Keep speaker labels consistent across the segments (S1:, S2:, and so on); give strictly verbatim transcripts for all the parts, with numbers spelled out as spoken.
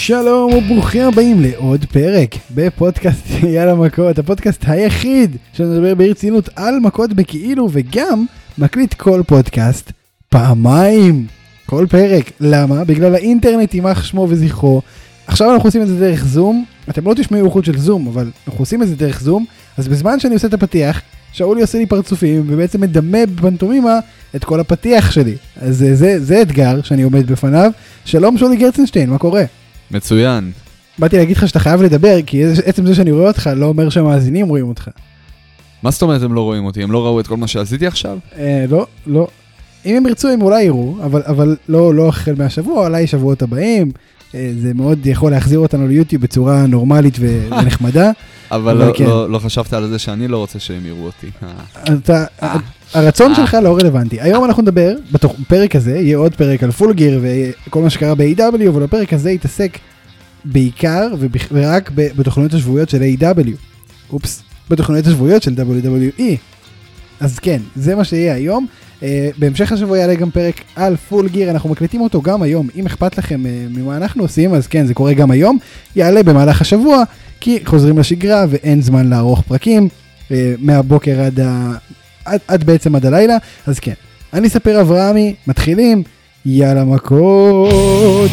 S1: שלום וברוכים הבאים לעוד פרק בפודקאסט יאללה מכות, הפודקאסט היחיד שנדבר ברצינות על מכות בכאילו וגם מקליט כל פודקאסט פעמיים, כל פרק. למה? בגלל האינטרנט יימח שמו וזכרו. עכשיו אנחנו עושים את זה דרך זום, אתם לא תשמעו איכות של זום, אבל אנחנו עושים את זה דרך זום, אז בזמן שאני עושה את הפתיח, שאולי עושה לי פרצופים ובעצם מדמה בפנטומימה את כל הפתיח שלי. אז זה, זה, זה אתגר שאני עומד בפניו. שלום שולי גרצנשטיין, מה קורה?
S2: מצוין.
S1: באתי להגיד לך שאתה חייב לדבר, כי עצם זה שאני רואה אותך לא אומר שהמאזינים רואים אותך.
S2: מה זאת אומרת הם לא רואים אותי? הם לא ראו את כל מה שעשיתי עכשיו?
S1: אה, לא, לא. אם הם ירצו הם אולי יראו, אבל, אבל לא, לא החל מהשבוע, אולי שבועות הבאים. אה, זה מאוד יכול להחזיר אותנו ליוטיוב בצורה נורמלית ונחמדה.
S2: אבל לא, כן. לא, לא חשבת על זה שאני לא רוצה שהם יראו אותי.
S1: אתה, הרצון שלך לא רלוונטי. היום אנחנו נדבר, בפרק הזה, יהיה עוד פרק על פול גיר וכל מה שקרה ב-איי דאבליו, אבל הפרק הזה יתעסק בעיקר ורק בתוכניות השבועיות של איי דאבליו. אופס, בתוכניות השבועיות של דאבליו דאבליו אי. אז כן, זה מה שיהיה היום. בהמשך השבוע יעלה גם פרק על פול גיר, אנחנו מקליטים אותו גם היום. אם אכפת לכם ממה אנחנו עושים, אז כן, זה קורה גם היום. יעלה במהלך השבוע, כי חוזרים לשגרה ואין זמן לערוך פרקים מהבוקר עד, ה... עד, עד בעצם עד הלילה. אז כן, אני אספר אברהמי, מתחילים, יאללה מכות.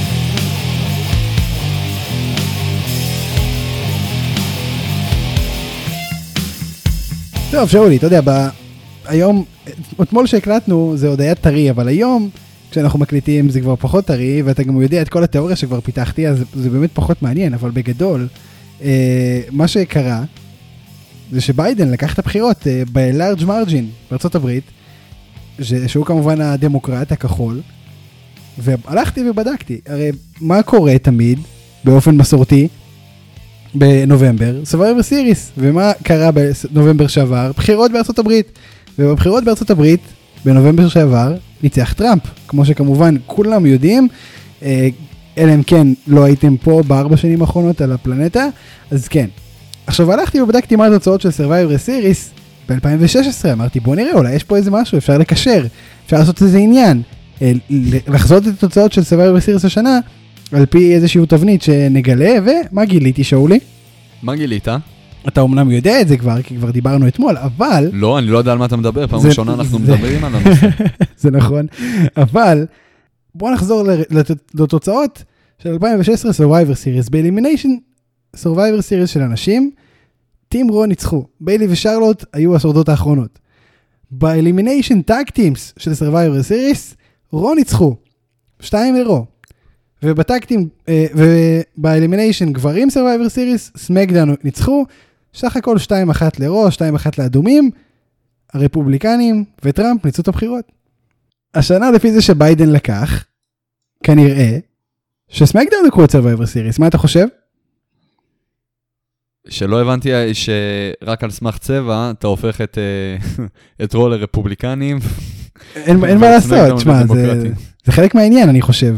S1: טוב, שאולי, אתה יודע, ב... היום, אתמול שהקלטנו זה עוד היה טרי, אבל היום כשאנחנו מקליטים זה כבר פחות טרי, ואתה גם יודע את כל התיאוריה שכבר פיתחתי, אז זה באמת פחות מעניין, אבל בגדול, אה, מה שקרה, זה שביידן לקח את הבחירות אה, ב-large margin בארצות הברית, שהוא כמובן הדמוקרט הכחול, והלכתי ובדקתי, הרי מה קורה תמיד, באופן מסורתי, בנובמבר, Survivor Series, ומה קרה בנובמבר שעבר? בחירות בארצות הברית, ובבחירות בארצות הברית, בנובמבר שעבר, ניצח טראמפ, כמו שכמובן כולם יודעים, אלא אם כן לא הייתם פה בארבע שנים האחרונות על הפלנטה, אז כן. עכשיו הלכתי ובדקתי מה התוצאות של Survivor Series ב-אלפיים ושש עשרה, אמרתי בוא נראה, אולי יש פה איזה משהו, אפשר לקשר, אפשר לעשות איזה עניין, לחזות את התוצאות של Survivor Series השנה, על פי איזשהו תבנית שנגלה, ומה גיליתי שאולי?
S2: מה גילית?
S1: אתה אומנם יודע את זה כבר, כי כבר דיברנו אתמול, אבל...
S2: לא, אני לא יודע על מה אתה מדבר, פעם ראשונה אנחנו מדברים על הנושא.
S1: זה נכון, אבל בוא נחזור לתוצאות של אלפיים ושש עשרה Survivor Series. ב-Elimination Survivor Series של אנשים, טים רו ניצחו, ביילי ושרלוט היו השורדות האחרונות. ב-Elimination Tag Teams של Survivor Series, רו ניצחו, שתיים לרו. ובטקטים, וב-Elimination גברים Survivor Series, סמקדאון ניצחו, סך הכל שתיים אחת לרו, שתיים אחת לאדומים, הרפובליקנים וטראמפ ניצחו את הבחירות. השנה לפי זה שביידן לקח, כנראה, שסמקדאון לקחו את Survivor Series, מה אתה חושב?
S2: שלא הבנתי שרק על סמך צבע, אתה הופך את, את רו לרפובליקנים.
S1: אין, אין מה לעשות, שמה, זה, זה חלק מהעניין, אני חושב.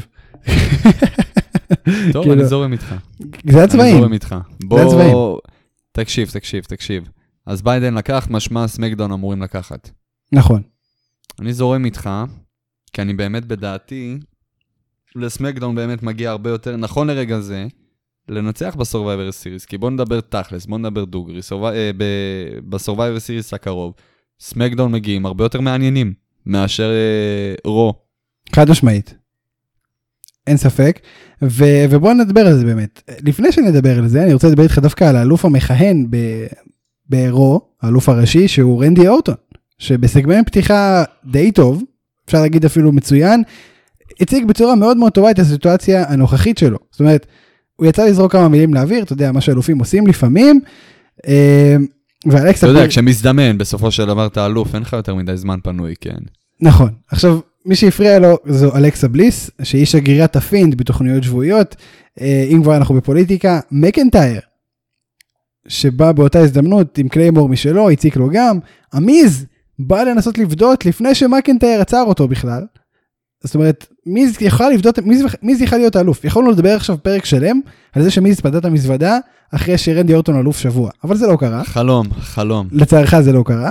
S2: טוב, אני זורם איתך.
S1: זה הצבעים.
S2: אני זורם איתך. בוא, תקשיב, תקשיב, תקשיב. אז ביידן לקח, משמע סמקדאון אמורים לקחת.
S1: נכון.
S2: אני זורם איתך, כי אני באמת בדעתי, לסמקדאון באמת מגיע הרבה יותר, נכון לרגע זה, לנצח בסורווייבר סיריס, כי בוא נדבר תכלס, בוא נדבר דוגרי, בסורווייבר סיריס הקרוב, סמקדאון מגיעים הרבה יותר מעניינים, מאשר רו. חד משמעית.
S1: אין ספק, ו- ובואו נדבר על זה באמת. לפני שנדבר על זה, אני רוצה לדבר איתך דווקא על האלוף המכהן ב- ברו, האלוף הראשי, שהוא רנדי אורטון, שבסגמנט פתיחה די טוב, אפשר להגיד אפילו מצוין, הציג בצורה מאוד מאוד טובה את הסיטואציה הנוכחית שלו. זאת אומרת, הוא יצא לזרוק כמה מילים לאוויר, אתה יודע, מה שאלופים עושים לפעמים,
S2: ואלכסה... אתה יודע, כשמזדמן, בסופו של דבר אתה אלוף, אין לך יותר מדי זמן פנוי, כן.
S1: נכון. עכשיו, מי שהפריע לו זו אלכסה בליס, שהיא שגרירת הפינד בתוכניות שבועיות, אם כבר אנחנו בפוליטיקה, מקנטייר, שבא באותה הזדמנות עם קליימור משלו, הציק לו גם, המיז בא לנסות לבדות לפני שמקנטייר עצר אותו בכלל, זאת אומרת, מיז יכול לבדות, מיז, מיז יכול להיות אלוף, יכולנו לדבר עכשיו פרק שלם, על זה שמיז פדע את המזוודה, אחרי שרנדי אורטון אלוף שבוע, אבל זה לא קרה.
S2: חלום, חלום.
S1: לצערך זה לא קרה.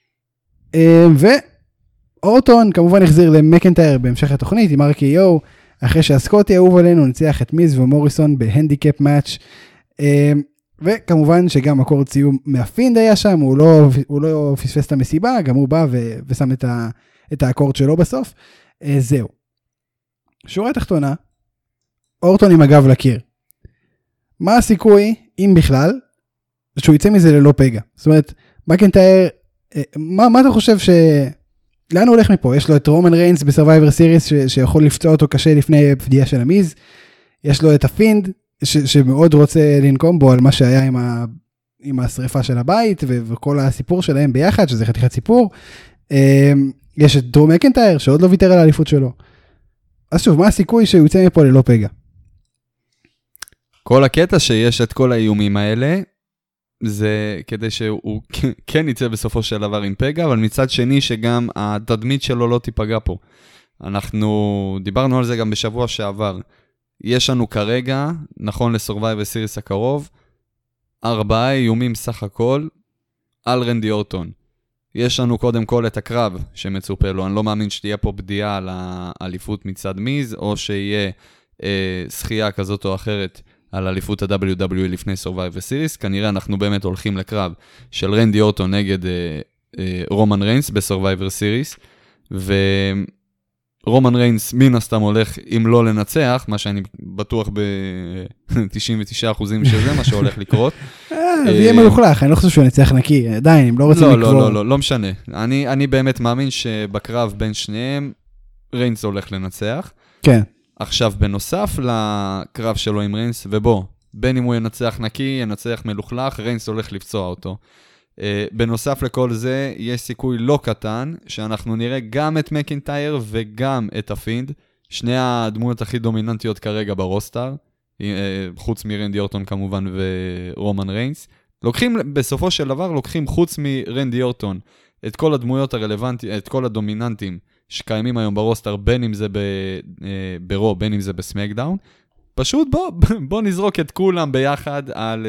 S1: ו... אורטון כמובן החזיר למקנטייר בהמשך התוכנית עם ארקי יו, אחרי שהסקוטי האהוב עלינו ניצח את מיז ומוריסון בהנדיקאפ מאץ', וכמובן שגם הקורד סיום מהפינד היה שם, הוא לא, הוא לא פספס את המסיבה, גם הוא בא ו, ושם את, ה, את האקורד שלו בסוף. זהו. שורה תחתונה, אורטון עם הגב לקיר. מה הסיכוי, אם בכלל, שהוא יצא מזה ללא פגע? זאת אומרת, מקנטייר, מה, מה אתה חושב ש... לאן הוא הולך מפה? יש לו את רומן ריינס בסרווייבר סיריס, ש... שיכול לפצוע אותו קשה לפני פדיעה של המיז. יש לו את הפינד, ש... שמאוד רוצה לנקום בו על מה שהיה עם, ה... עם השריפה של הבית, ו... וכל הסיפור שלהם ביחד, שזה חתיכת סיפור. יש את דרום מקנטייר, שעוד לא ויתר על האליפות שלו. אז שוב, מה הסיכוי שהוא יצא מפה ללא פגע?
S2: כל הקטע שיש את כל האיומים האלה, זה כדי שהוא כן יצא בסופו של דבר עם פגע, אבל מצד שני שגם התדמית שלו לא תיפגע פה. אנחנו דיברנו על זה גם בשבוע שעבר. יש לנו כרגע, נכון לסורווייבר סיריס הקרוב, ארבעה איומים סך הכל על רנדי אורטון. יש לנו קודם כל את הקרב שמצופה לו. אני לא מאמין שתהיה פה בדיעה על האליפות מצד מיז, או שיהיה אה, שחייה כזאת או אחרת על אליפות ה-דאבליו דאבליו אי לפני Survivor Series. כנראה אנחנו באמת הולכים לקרב של רנדי אורטון נגד אה, אה, רומן ריינס ב-Survivor Series, ורומן ריינס מן הסתם הולך אם לא לנצח, מה שאני בטוח ב-תשעים ותשעה אחוז שזה מה שהולך לקרות.
S1: זה יהיה מלוכלך, אני לא חושב שהוא נצח נקי, עדיין, הם לא רוצים לקרוא.
S2: לא, לא, לא, לא משנה. אני, אני באמת מאמין שבקרב בין שניהם, ריינס הולך לנצח.
S1: כן.
S2: עכשיו, בנוסף לקרב שלו עם ריינס, ובוא, בין אם הוא ינצח נקי, ינצח מלוכלך, ריינס הולך לפצוע אותו. בנוסף לכל זה, יש סיכוי לא קטן, שאנחנו נראה גם את מקינטייר וגם את הפינד, שני הדמויות הכי דומיננטיות כרגע ברוסטר, חוץ מרנדי אורטון כמובן ורומן ריינס. לוקחים, בסופו של דבר, לוקחים חוץ מרנדי אורטון את כל הדמויות הרלוונטיות, את כל הדומיננטים שקיימים היום ברוסטר, בין אם זה ברו, בין אם זה בסמקדאון. פשוט בוא, בוא נזרוק את כולם ביחד על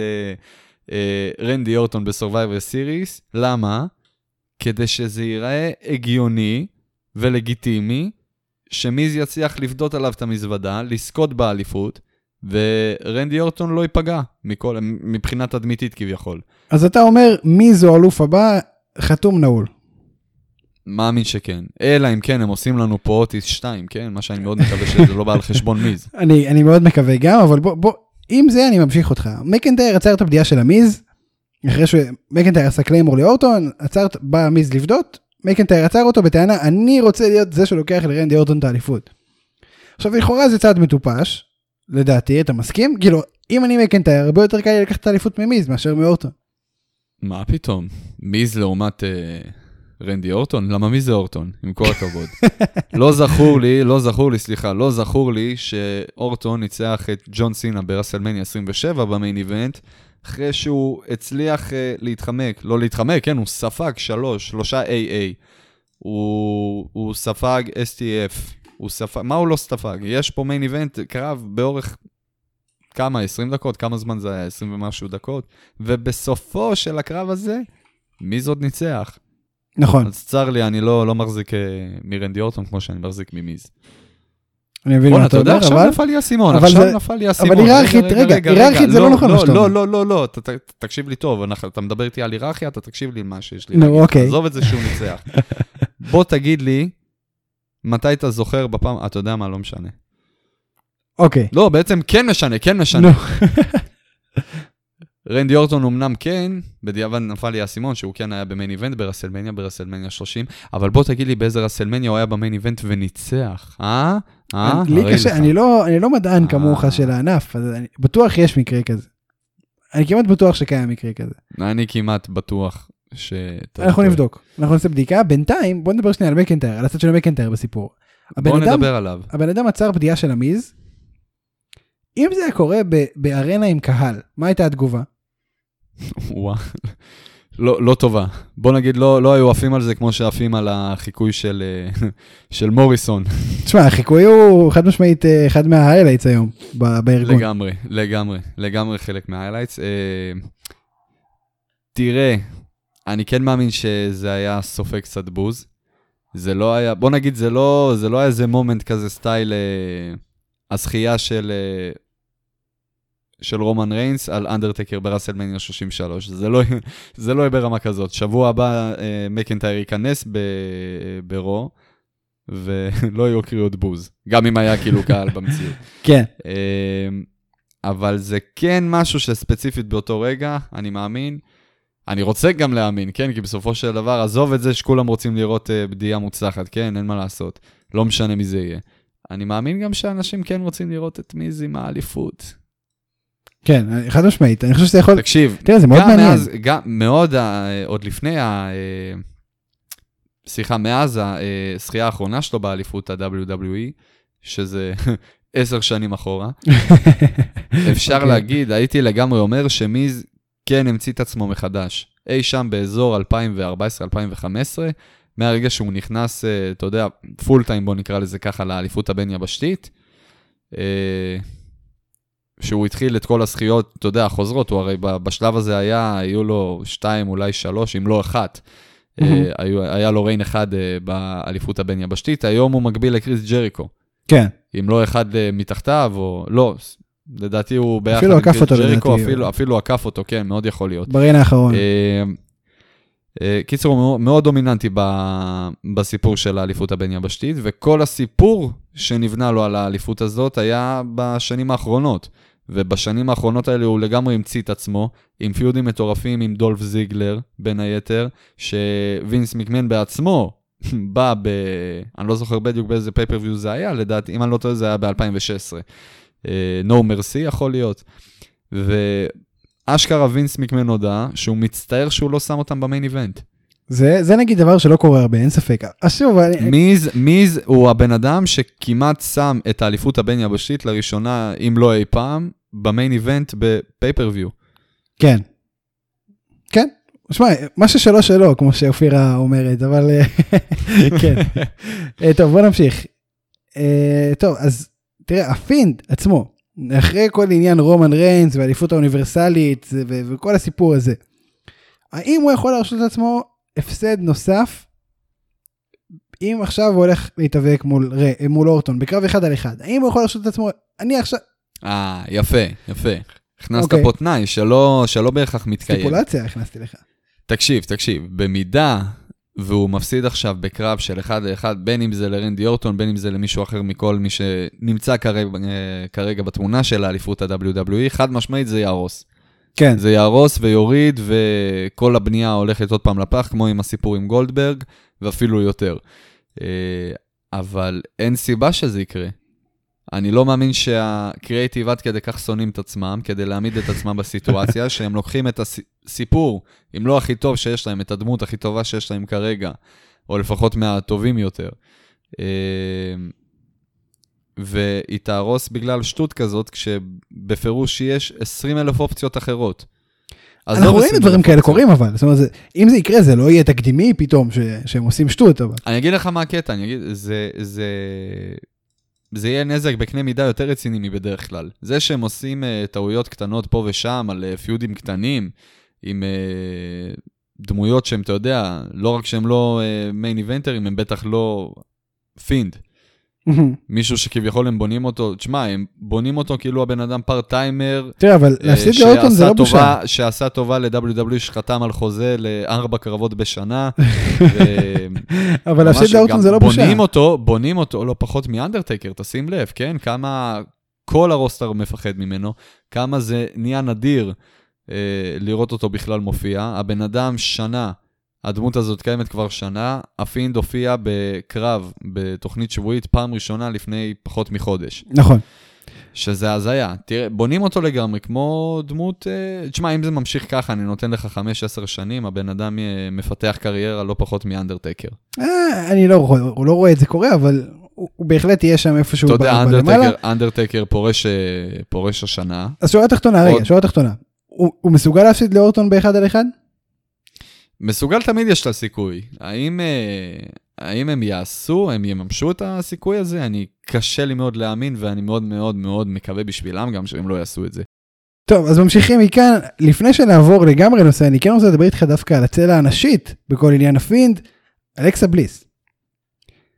S2: רנדי אורטון בסורווייבר סיריס. למה? כדי שזה ייראה הגיוני ולגיטימי, שמיז יצליח לפדות עליו את המזוודה, לזכות באליפות, ורנדי אורטון לא ייפגע מכל, מבחינת תדמיתית כביכול.
S1: אז אתה אומר, מי זו אלוף הבא, חתום נעול.
S2: מאמין שכן. אלא אם כן, הם עושים לנו פה אוטיס שתיים, כן? מה שאני מאוד מקווה שזה לא בא על חשבון מיז.
S1: אני, אני מאוד מקווה גם, אבל בוא, בוא, עם זה אני ממשיך אותך. מקנטייר עצר את הפדיעה של המיז, אחרי שמקנטייר עשה קליימור לאורטון, עצר, בא המיז לבדות, מקנטייר עצר אותו בטענה, אני רוצה להיות זה שלוקח לרנדי אורטון את האליפות. עכשיו, לכאורה זה צעד מטופש, לדעתי, אתה מסכים? כאילו, אם אני מקנטייר, הרבה יותר קל לי לקחת את האליפות ממיז, מאשר מאורטון.
S2: מה פתאום? מיז לעומת אה, רנדי אורטון? למה מי זה אורטון? עם כל הכבוד. לא זכור לי, לא זכור לי, סליחה, לא זכור לי שאורטון ניצח את ג'ון סינה ברסלמניה עשרים ושבע במיין איבנט, אחרי שהוא הצליח אה, להתחמק, לא להתחמק, כן, הוא ספג שלוש, שלושה איי איי. הוא, הוא ספג אס טי אף. הוא ספג, מה הוא לא ספג? יש פה מיין איבנט, קרב באורך כמה, עשרים דקות, כמה זמן זה היה? עשרים ומשהו דקות, ובסופו של הקרב הזה, מי זאת ניצח?
S1: נכון.
S2: אז צר לי, אני לא, לא מחזיק מרנדי אורטון, כמו שאני מחזיק ממיז.
S1: אני מבין מה אתה אומר, אבל...
S2: עכשיו נפל לי הסימון, עכשיו נפל לי הסימון.
S1: אבל היררכית, רגע, היררכית זה לא נכון מה שאתה אומר.
S2: לא, לא, לא, תקשיב לי טוב, אתה מדבר איתי על היררכיה, אתה תקשיב לי מה שיש לי.
S1: נו, אוקיי.
S2: עזוב את זה שהוא ניצח. בוא תגיד לי, מתי אתה זוכר בפעם, אתה יודע מה, לא משנה.
S1: אוקיי.
S2: לא, בעצם כן משנה, כן משנה. רנדי אורטון אמנם כן, בדיעבד נפל לי הסימון, שהוא כן היה במיין איבנט ברסלמניה, ברסלמניה שלושים, אבל בוא תגיד לי באיזה רסלמניה הוא היה במיין איבנט וניצח, אה? אה?
S1: לי קשה, אני לא, אני לא מדען כמוך של הענף, אז אני בטוח יש מקרה כזה. אני כמעט בטוח שקיים מקרה כזה.
S2: אני כמעט בטוח ש...
S1: אנחנו נבדוק, אנחנו נעשה בדיקה, בינתיים בוא נדבר שנייה על מקנטייר, על הצד של מקנטייר בסיפור.
S2: בוא נדבר עליו.
S1: הבן אדם עצר פדיעה של המיז, אם זה היה קורה בארנה עם קהל, מה הייתה התגובה?
S2: וואו, לא, לא טובה. בוא נגיד, לא, לא היו עפים על זה כמו שעפים על החיקוי של, של מוריסון. תשמע,
S1: החיקוי הוא חד משמעית אחד מההיילייטס היום בארגון.
S2: לגמרי, לגמרי, לגמרי חלק מההיילייטס. תראה, אני כן מאמין שזה היה סופג קצת בוז. זה לא היה, בוא נגיד, זה לא, זה לא היה איזה מומנט כזה סטייל הזכייה של, של רומן ריינס על אנדרטקר ברסלמניה שלושים ושלוש. זה לא, זה לא יהיה ברמה כזאת. שבוע הבא מקנטייר ייכנס ברו, ולא יהיו קריאות בוז. גם אם היה כאילו קהל במציאות.
S1: כן.
S2: אבל זה כן משהו שספציפית באותו רגע, אני מאמין. אני רוצה גם להאמין, כן? כי בסופו של דבר, עזוב את זה שכולם רוצים לראות בדיעה מוצלחת, כן? אין מה לעשות. לא משנה מי זה יהיה. אני מאמין גם שאנשים כן רוצים לראות את מיז עם האליפות.
S1: כן, חד משמעית. אני חושב שזה יכול...
S2: תקשיב,
S1: תראה, זה מאוד מעניין.
S2: מאז, גם מאוד, עוד לפני ה... סליחה, מאז השחייה האחרונה שלו באליפות ה-דאבליו דאבליו אי, שזה עשר שנים אחורה, אפשר להגיד, הייתי לגמרי אומר שמיז כן המציא את עצמו מחדש. אי שם באזור אלפיים וארבע עשרה אלפיים וחמש עשרה, מהרגע שהוא נכנס, אתה יודע, פול טיים, בוא נקרא לזה ככה, לאליפות הבין יבשתית, שהוא התחיל את כל הזכיות, אתה יודע, החוזרות, הוא הרי בשלב הזה היה, היו לו שתיים, אולי שלוש, אם לא אחת, היה לו ריין אחד באליפות הבין יבשתית, היום הוא מקביל לקריס ג'ריקו.
S1: כן.
S2: אם לא אחד מתחתיו, או לא, לדעתי הוא ביחד
S1: אפילו עקף אותו,
S2: ג'ריקו, אפילו, אפילו עקף אותו, כן, מאוד יכול להיות.
S1: בריין האחרון.
S2: קיצור, הוא מאוד דומיננטי בסיפור של האליפות הבין יבשתית, וכל הסיפור שנבנה לו על האליפות הזאת היה בשנים האחרונות, ובשנים האחרונות האלה הוא לגמרי המציא את עצמו, עם פיודים מטורפים עם דולף זיגלר, בין היתר, שווינס מקמן בעצמו בא ב... אני לא זוכר בדיוק באיזה פייפריוויו זה היה, לדעתי, אם אני לא טועה זה היה ב-אלפיים ושש עשרה. No Mercy יכול להיות. ואשכרה ווינס מקמן הודע שהוא מצטער שהוא לא שם אותם במיין איבנט.
S1: זה, זה נגיד דבר שלא קורה הרבה, אין ספק. אז שוב, אני...
S2: מיז, מיז הוא הבן אדם שכמעט שם את האליפות הבין יבשתית לראשונה, אם לא אי פעם, במיין איבנט בפייפריוויו.
S1: כן. כן. שמע, מה ששלו שלו, כמו שאופירה אומרת, אבל כן. טוב, בוא נמשיך. טוב, אז תראה, הפינד עצמו, אחרי כל עניין רומן ריינס והאליפות האוניברסלית וכל הסיפור הזה, האם הוא יכול להרשות את עצמו הפסד נוסף, אם עכשיו הוא הולך להתאבק מול, מול אורטון, בקרב אחד על אחד, האם הוא יכול להרשות את עצמו, אני עכשיו...
S2: אה, יפה, יפה. הכנסת פה תנאי, שלא, שלא בהכרח מתקיים.
S1: סטיפולציה הכנסתי לך.
S2: תקשיב, תקשיב, במידה והוא מפסיד עכשיו בקרב של אחד לאחד, בין אם זה לרנדי אורטון, בין אם זה למישהו אחר מכל מי שנמצא כרגע, כרגע בתמונה של האליפות ה-דאבליו דאבליו אי, חד משמעית זה יהרוס.
S1: כן.
S2: זה יהרוס ויוריד, וכל הבנייה הולכת עוד פעם לפח, כמו עם הסיפור עם גולדברג, ואפילו יותר. אבל אין סיבה שזה יקרה. אני לא מאמין שהקריאיטיב עד כדי כך שונאים את עצמם, כדי להעמיד את עצמם בסיטואציה, שהם לוקחים את הסיפור, אם לא הכי טוב שיש להם, את הדמות הכי טובה שיש להם כרגע, או לפחות מהטובים יותר, והיא תהרוס בגלל שטות כזאת, כשבפירוש יש עשרים אלף אופציות אחרות.
S1: אנחנו רואים דברים כאלה קורים אבל, זאת אומרת, אם זה יקרה, זה לא יהיה תקדימי פתאום, שהם עושים שטות, אבל.
S2: אני אגיד לך מה הקטע, אני אגיד, זה, זה... זה יהיה נזק בקנה מידה יותר רציני מבדרך כלל. זה שהם עושים uh, טעויות קטנות פה ושם, על uh, פיודים קטנים, עם uh, דמויות שהם, אתה יודע, לא רק שהם לא מיין uh, איבנטרים, הם בטח לא פינד. מישהו שכביכול הם בונים אותו, תשמע, הם בונים אותו כאילו הבן אדם פארט-טיימר,
S1: תראה, אבל להפסיד לאורטון זה לא בושה.
S2: שעשה טובה ל-דאבליו דאבליו אי שחתם על חוזה לארבע קרבות בשנה.
S1: אבל להפסיד לאורטון זה לא בושה.
S2: בונים אותו, בונים אותו, לא פחות מאנדרטייקר, תשים לב, כן? כמה כל הרוסטר מפחד ממנו, כמה זה נהיה נדיר לראות אותו בכלל מופיע. הבן אדם שנה, הדמות הזאת קיימת כבר שנה, הפינד הופיע בקרב, בתוכנית שבועית, פעם ראשונה לפני פחות מחודש.
S1: נכון.
S2: שזה הזיה. תראה, בונים אותו לגמרי, כמו דמות, תשמע, אם זה ממשיך ככה, אני נותן לך חמש עשר שנים, הבן אדם מפתח קריירה לא פחות מאנדרטייקר.
S1: אני לא רואה, הוא לא רואה את זה קורה, אבל הוא בהחלט יהיה שם איפשהו
S2: אתה יודע, אנדרטייקר, אנדרטייקר פורש, פורש השנה.
S1: אז שורה תחתונה, רגע, שורה תחתונה. הוא מסוגל להפסיד לאורטון באחד על אחד?
S2: מסוגל תמיד יש לה סיכוי. האם, האם הם יעשו, הם יממשו את הסיכוי הזה? אני קשה לי מאוד להאמין, ואני מאוד מאוד מאוד מקווה בשבילם גם שהם לא יעשו את זה.
S1: טוב, אז ממשיכים מכאן. לפני שנעבור לגמרי נושא, אני כן רוצה לדבר איתך דווקא על הצלע הנשית, בכל עניין הפינד, אלכסה בליס.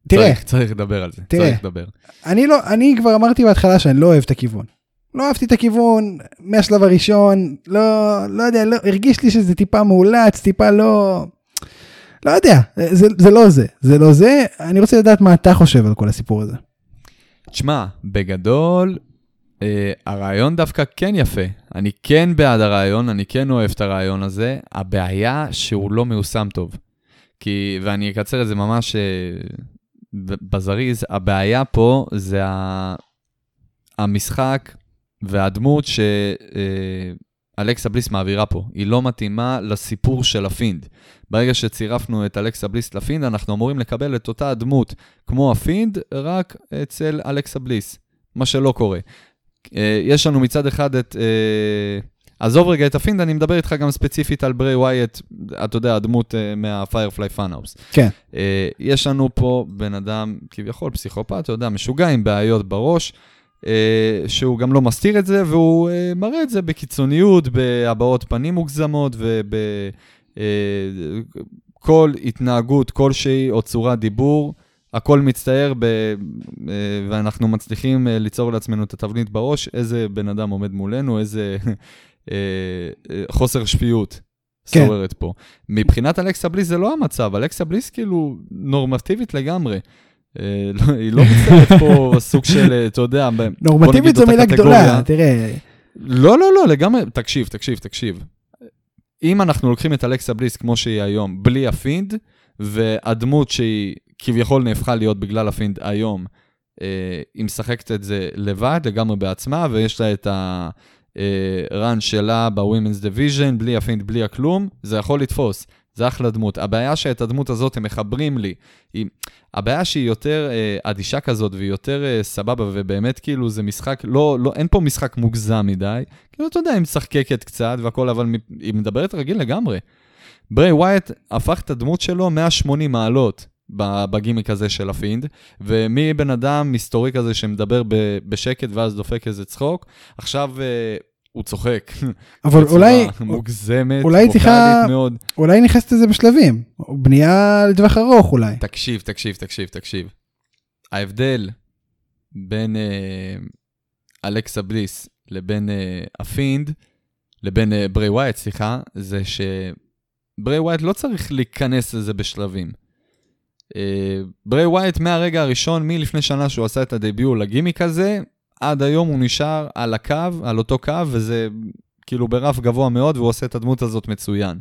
S1: תראה.
S2: צריך, צריך לדבר על זה,
S1: תראה.
S2: צריך לדבר.
S1: אני לא, אני כבר אמרתי בהתחלה שאני לא אוהב את הכיוון. לא אהבתי את הכיוון, מהשלב הראשון, לא, לא יודע, לא, הרגיש לי שזה טיפה מעולץ, טיפה לא, לא יודע, זה, זה לא זה, זה לא זה, אני רוצה לדעת מה אתה חושב על כל הסיפור הזה.
S2: תשמע, בגדול, אה, הרעיון דווקא כן יפה, אני כן בעד הרעיון, אני כן אוהב את הרעיון הזה, הבעיה שהוא לא מיושם טוב, כי, ואני אקצר את זה ממש אה, בזריז, הבעיה פה זה ה, המשחק, והדמות שאלכסה בליס מעבירה פה, היא לא מתאימה לסיפור של הפינד. ברגע שצירפנו את אלכסה בליס לפינד, אנחנו אמורים לקבל את אותה הדמות כמו הפינד, רק אצל אלכסה בליס, מה שלא קורה. יש לנו מצד אחד את... עזוב רגע את הפינד, אני מדבר איתך גם ספציפית על ברי ווייט, אתה יודע, הדמות מהפיירפליי פאנהאוס.
S1: כן.
S2: יש לנו פה בן אדם, כביכול פסיכופת, אתה יודע, משוגע עם בעיות בראש, שהוא גם לא מסתיר את זה, והוא מראה את זה בקיצוניות, בהבעות פנים מוגזמות, ובכל התנהגות כלשהי או צורת דיבור, הכל מצטער, ואנחנו מצליחים ליצור לעצמנו את התבנית בראש, איזה בן אדם עומד מולנו, איזה חוסר שפיות שוררת פה. מבחינת אלכסה בליס זה לא המצב, אלכסה בליס כאילו נורמטיבית לגמרי. היא לא מצטערת פה סוג של, אתה יודע,
S1: נורמטיבית זו מילה גדולה, תראה.
S2: לא, לא, לא, לגמרי, תקשיב, תקשיב, תקשיב. אם אנחנו לוקחים את אלכסה בליס כמו שהיא היום, בלי הפינד, והדמות שהיא כביכול נהפכה להיות בגלל הפינד היום, היא משחקת את זה לבד, לגמרי בעצמה, ויש לה את הרן שלה ב-Women's Division, בלי הפינד, בלי הכלום, זה יכול לתפוס. זה אחלה דמות. הבעיה שאת הדמות הזאת הם מחברים לי, היא, הבעיה שהיא יותר אה, אדישה כזאת, והיא יותר אה, סבבה, ובאמת כאילו זה משחק, לא, לא, אין פה משחק מוגזם מדי, כאילו אתה יודע, היא משחקקת קצת והכל, אבל היא מדברת רגיל לגמרי. ברי ווייט הפך את הדמות שלו מאה ושמונים מעלות בגימיק הזה של הפינד, ומי בן אדם מסתורי כזה שמדבר בשקט ואז דופק איזה צחוק, עכשיו... אה, הוא צוחק.
S1: אבל אולי...
S2: מוגזמת,
S1: אולי צריכה...
S2: מאוד.
S1: אולי נכנסת לזה בשלבים. בנייה לטווח ארוך אולי.
S2: תקשיב, תקשיב, תקשיב, תקשיב. ההבדל בין אה, אלכסה בליס לבין אה, הפינד, לבין אה, ברי ווייט, סליחה, זה שברי ווייט לא צריך להיכנס לזה בשלבים. אה, ברי ווייט מהרגע הראשון, מלפני שנה שהוא עשה את הדביוט לגימיק הזה, עד היום הוא נשאר על הקו, על אותו קו, וזה כאילו ברף גבוה מאוד, והוא עושה את הדמות הזאת מצוין.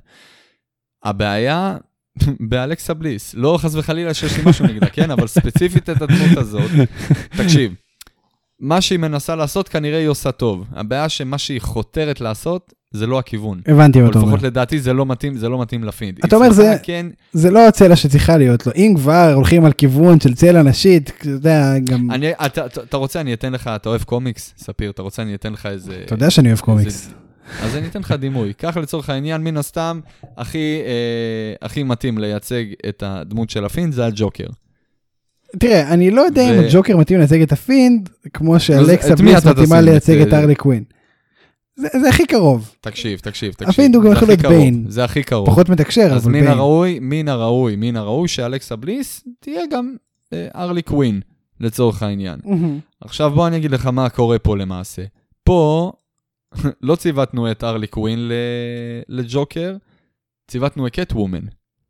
S2: הבעיה באלכסה בליס, לא חס וחלילה שיש לי משהו נגדה, כן? אבל ספציפית את הדמות הזאת, תקשיב, מה שהיא מנסה לעשות כנראה היא עושה טוב. הבעיה שמה שהיא חותרת לעשות, זה לא הכיוון.
S1: הבנתי מה אתה אומר.
S2: לפחות לדעתי זה לא מתאים, זה לא מתאים לפינד.
S1: אתה אומר, זה, כן... זה לא הצלע שצריכה להיות לו. אם כבר הולכים על כיוון של צלע נשית, אתה יודע, גם...
S2: אני, אתה, אתה רוצה, אני אתן לך, אתה אוהב קומיקס, ספיר, אתה רוצה, אני אתן לך איזה...
S1: אתה יודע שאני אוהב קומיקס.
S2: איזה... אז אני אתן לך דימוי. ככה לצורך העניין, מן הסתם, הכי, אה, הכי מתאים לייצג את הדמות של הפינד, זה הג'וקר.
S1: תראה, אני לא יודע ו... אם הג'וקר מתאים לייצג את הפינד, כמו שאלכסה בליס מתאימה לייצג את הרלי קווין. זה, זה הכי קרוב.
S2: תקשיב, תקשיב, תקשיב.
S1: הפינד הוא גם יכול להיות ביין.
S2: זה הכי קרוב.
S1: פחות מתקשר,
S2: אבל ביין. אז מן הראוי, מן הראוי, מן הראוי שאלכסה בליס תהיה גם הרלי קווין, לצורך העניין. עכשיו בוא אני אגיד לך מה קורה פה למעשה. פה לא ציוותנו את הרלי קווין לג'וקר, ציוותנו את קט וומן.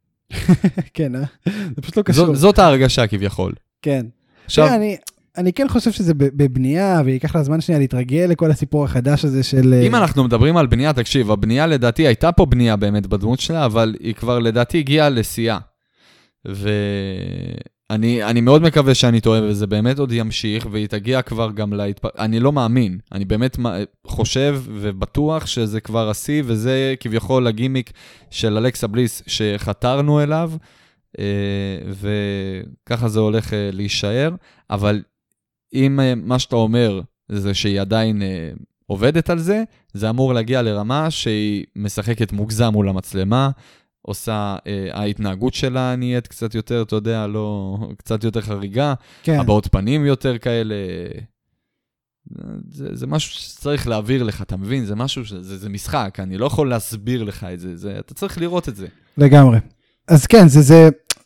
S1: כן, זה פשוט לא קשור.
S2: זאת ההרגשה כביכול.
S1: כן. עכשיו... אני כן חושב שזה בבנייה, ויקח לה זמן שנייה להתרגל לכל הסיפור החדש הזה של...
S2: אם אנחנו מדברים על בנייה, תקשיב, הבנייה לדעתי, הייתה פה בנייה באמת בדמות שלה, אבל היא כבר לדעתי הגיעה לשיאה. ואני אני מאוד מקווה שאני טועה, וזה באמת עוד ימשיך, והיא תגיע כבר גם להתפ... אני לא מאמין, אני באמת חושב ובטוח שזה כבר השיא, וזה כביכול הגימיק של אלכסה בליס שחתרנו אליו, וככה זה הולך להישאר, אבל... אם מה שאתה אומר זה שהיא עדיין עובדת על זה, זה אמור להגיע לרמה שהיא משחקת מוגזם מול המצלמה, עושה, ההתנהגות שלה נהיית קצת יותר, אתה יודע, לא, קצת יותר חריגה, כן. הבעות פנים יותר כאלה, זה, זה משהו שצריך להעביר לך, אתה מבין? זה משהו, זה, זה משחק, אני לא יכול להסביר לך את זה, זה, אתה צריך לראות את זה.
S1: לגמרי. אז כן, זה, זה,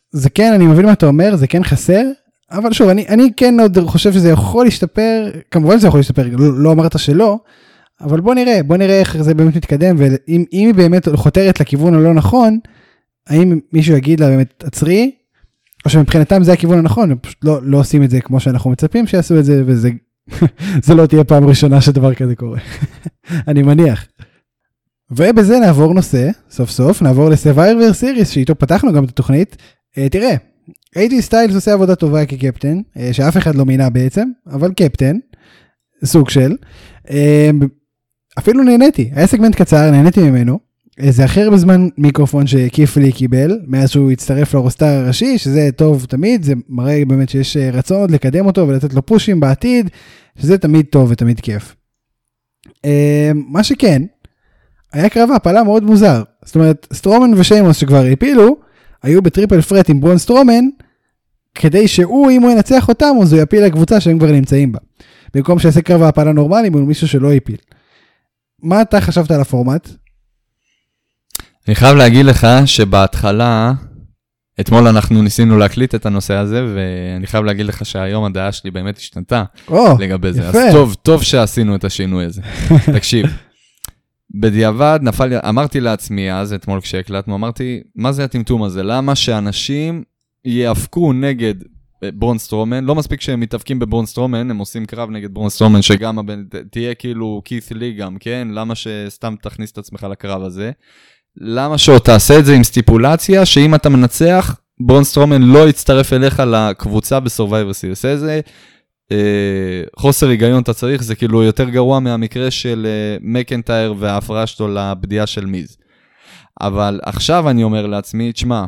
S1: זה כן, אני מבין מה אתה אומר, זה כן חסר, אבל שוב, אני, אני כן עוד חושב שזה יכול להשתפר, כמובן זה יכול להשתפר, לא, לא אמרת שלא, אבל בוא נראה, בוא נראה איך זה באמת מתקדם, ואם היא באמת חותרת לכיוון הלא נכון, האם מישהו יגיד לה באמת עצרי, או שמבחינתם זה הכיוון הנכון, הם פשוט לא, לא עושים את זה כמו שאנחנו מצפים שיעשו את זה, וזה זה לא תהיה פעם ראשונה שדבר כזה קורה. אני מניח. ובזה נעבור נושא, סוף סוף, נעבור ל-Survivor Series, שאיתו פתחנו גם את התוכנית. אה, תראה, איי ג'י סטיילס עושה עבודה טובה כקפטן, אה, שאף אחד לא מינה בעצם, אבל קפטן, סוג של. אה, אפילו נהניתי, היה סגמנט קצר, נהניתי ממנו. אה, זה אחר בזמן מיקרופון שכיף לי קיבל, מאז שהוא הצטרף לרוסטר הראשי, שזה טוב תמיד, זה מראה באמת שיש רצון עוד לקדם אותו ולתת לו פושים בעתיד, שזה תמיד טוב ותמיד כיף. אה, מה שכן, היה קרב הפעלה מאוד מוזר. זאת אומרת, סטרומן ושיימוס שכבר הפילו, היו בטריפל פרט עם ברון סטרומן, כדי שהוא, אם הוא ינצח אותם, אז הוא יפיל לקבוצה שהם כבר נמצאים בה. במקום שיעשה קרב הפעלה נורמלי, מול מישהו שלא יפיל. מה אתה חשבת על הפורמט?
S2: אני חייב להגיד לך שבהתחלה, אתמול אנחנו ניסינו להקליט את הנושא הזה, ואני חייב להגיד לך שהיום הדעה שלי באמת השתנתה לגבי זה. אז טוב, טוב שעשינו את השינוי הזה. תקשיב. בדיעבד נפל, אמרתי לעצמי אז, אתמול כשהקלטנו, אמרתי, מה זה הטמטום הזה? למה שאנשים יאבקו נגד ברון סטרומן? לא מספיק שהם מתאבקים בברון סטרומן, הם עושים קרב נגד ברון סטרומן, שגם תהיה כאילו כית' לי גם, כן? למה שסתם תכניס את עצמך לקרב הזה? למה שעוד תעשה את זה עם סטיפולציה, שאם אתה מנצח, ברון סטרומן לא יצטרף אליך לקבוצה בסורווייבר סיריס. איזה חוסר היגיון אתה צריך, זה כאילו יותר גרוע מהמקרה של מקנטייר וההפרעה שלו לבדיעה של מיז. אבל עכשיו אני אומר לעצמי, תשמע,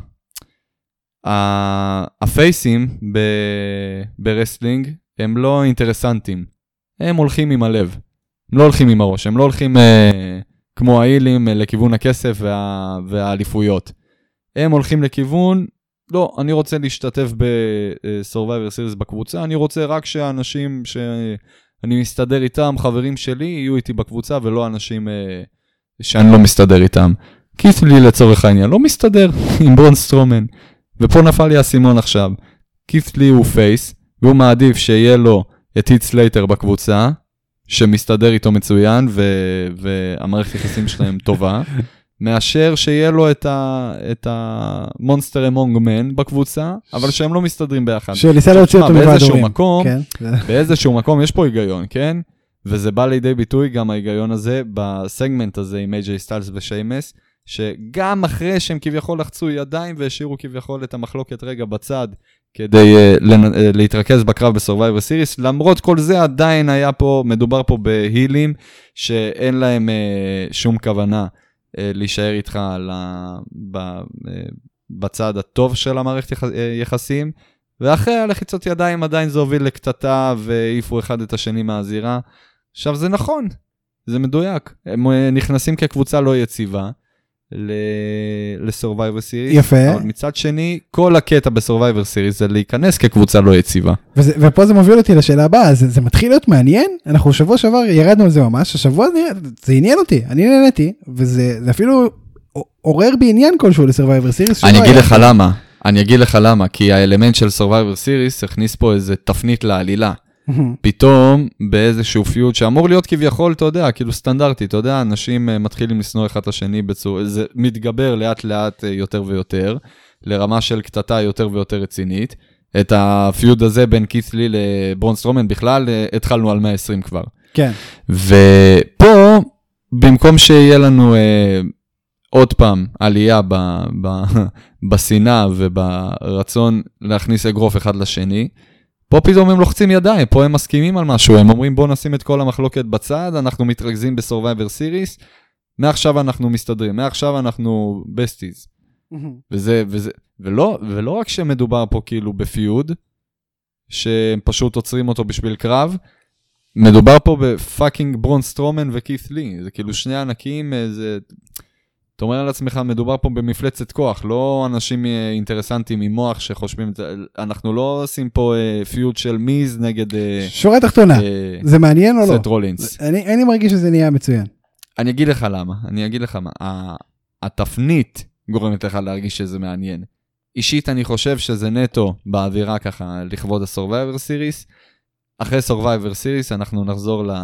S2: הפייסים ברסלינג הם לא אינטרסנטים, הם הולכים עם הלב, הם לא הולכים עם הראש, הם לא הולכים כמו האילים לכיוון הכסף והאליפויות, הם הולכים לכיוון, לא, אני רוצה להשתתף ב-Survivor Series בקבוצה, אני רוצה רק שאנשים שאני מסתדר איתם, חברים שלי, יהיו איתי בקבוצה, ולא אנשים שאני לא מסתדר איתם. כית' לי לצורך העניין, לא מסתדר עם ברון סטרומן. ופה נפל לי הסימון עכשיו. כית' לי הוא פייס, והוא מעדיף שיהיה לו את היט סלייטר בקבוצה, שמסתדר איתו מצוין, והמערכת יחסים שלהם טובה. מאשר שיהיה לו את ה את המונסטר אמונג מן בקבוצה, אבל שהם לא מסתדרים ביחד.
S1: שניסה להוציא אותו מוועד הורים.
S2: מקום, כן. באיזשהו מקום יש פה היגיון, כן? וזה בא לידי ביטוי גם ההיגיון הזה בסגמנט הזה עם איי ג'יי סטיילס ושיימס, שגם אחרי שהם כביכול לחצו ידיים והשאירו כביכול את המחלוקת רגע בצד, כדי uh, לנ... uh, להתרכז בקרב בסורווייבר סיריס, למרות כל זה עדיין היה פה, מדובר פה בהילים, שאין להם uh, שום כוונה, להישאר איתך בצד הטוב של המערכת יחסים, ואחרי הלחיצות ידיים עדיין זה הוביל לקטטה, והעיפו אחד את השני מהזירה. עכשיו זה נכון, זה מדויק. הם נכנסים כקבוצה לא יציבה, ל-Survivor Series.
S1: יפה.
S2: אבל מצד שני, כל הקטע ב-Survivor Series זה להיכנס כקבוצה לא יציבה.
S1: וזה, ופה זה מוביל אותי לשאלה הבאה, זה, זה מתחיל להיות מעניין, אנחנו שבוע שעבר ירדנו על זה ממש, השבוע זה, זה עניין אותי, אני נהניתי, וזה זה אפילו עורר בעניין כלשהו ל-Survivor Series.
S2: אני אגיד לך למה, אני אגיד לך למה, כי האלמנט של Survivor Series הכניס פה איזה תפנית לעלילה. פתאום באיזשהו פיוט שאמור להיות כביכול, אתה יודע, כאילו סטנדרטי, אתה יודע, אנשים מתחילים לסנוע אחד את השני בצורה, זה מתגבר לאט לאט יותר ויותר, לרמה של קטטה יותר ויותר רצינית. את הפיוט הזה בין כית' לי לברון סטרומן בכלל, התחלנו על מאה ועשרים כבר.
S1: כן.
S2: ופה, במקום שיהיה לנו אה, עוד פעם עלייה ב, ב, בסינה וברצון להכניס אגרוף אחד לשני, פה פתאום הם לוחצים ידיים, פה הם מסכימים על משהו, הם אומרים בוא נשים את כל המחלוקת בצד, אנחנו מתרכזים בסורווייבר סיריס, מעכשיו אנחנו מסתדרים, מעכשיו אנחנו בסטיז. וזה, וזה, ולא, ולא רק שמדובר פה כאילו בפיוד, שהם פשוט עוצרים אותו בשביל קרב, מדובר פה בפאקינג ברון סטרומן וכית' לי, זה כאילו שני ענקים, זה... אתה אומר על עצמך, מדובר פה במפלצת כוח, לא אנשים אינטרסנטים עם מוח שחושבים, אנחנו לא עושים פה פיוט של מיז נגד...
S1: שורה תחתונה, זה מעניין או לא?
S2: סט רולינס.
S1: אני, אני מרגיש שזה נהיה מצוין.
S2: אני אגיד לך למה, אני אגיד לך מה, התפנית גורמת לך להרגיש שזה מעניין. אישית אני חושב שזה נטו באווירה ככה, לכבוד ה-Survivor Series. אחרי Survivor Series אנחנו נחזור ל...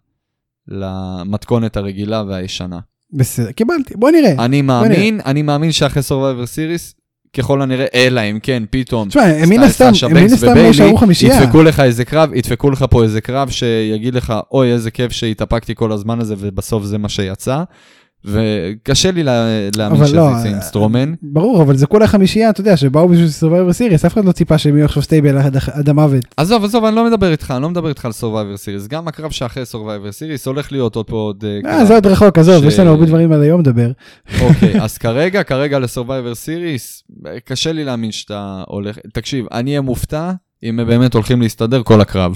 S2: למתכונת הרגילה והישנה.
S1: בסדר, קיבלתי, בוא נראה.
S2: אני מאמין, אני מאמין שאחרי Survivor Series, ככל הנראה, אלא אם כן, פתאום,
S1: תשמע, מן הסתם, מן הסתם לא שערו חמישייה.
S2: ידפקו לך איזה קרב, ידפקו לך פה איזה קרב שיגיד לך, אוי, איזה כיף שהתאפקתי כל הזמן הזה, ובסוף זה מה שיצא. וקשה לי להאמין שזה יצא עם סטרומן.
S1: ברור, אבל זה כל החמישייה, אתה יודע, שבאו בשביל Survivor Series, אף אחד לא ציפה שהם יהיו עכשיו סטייבל עד המוות.
S2: עזוב, עזוב, אני לא מדבר איתך, אני לא מדבר איתך על Survivor Series. גם הקרב שאחרי Survivor Series הולך להיות עוד פה עוד...
S1: אה, זה עוד רחוק, עזוב, יש לנו הרבה דברים על היום לדבר.
S2: אוקיי, אז כרגע, כרגע ל-Survivor Series, קשה לי להאמין שאתה הולך... תקשיב, אני אהיה מופתע אם הם באמת הולכים להסתדר כל הקרב.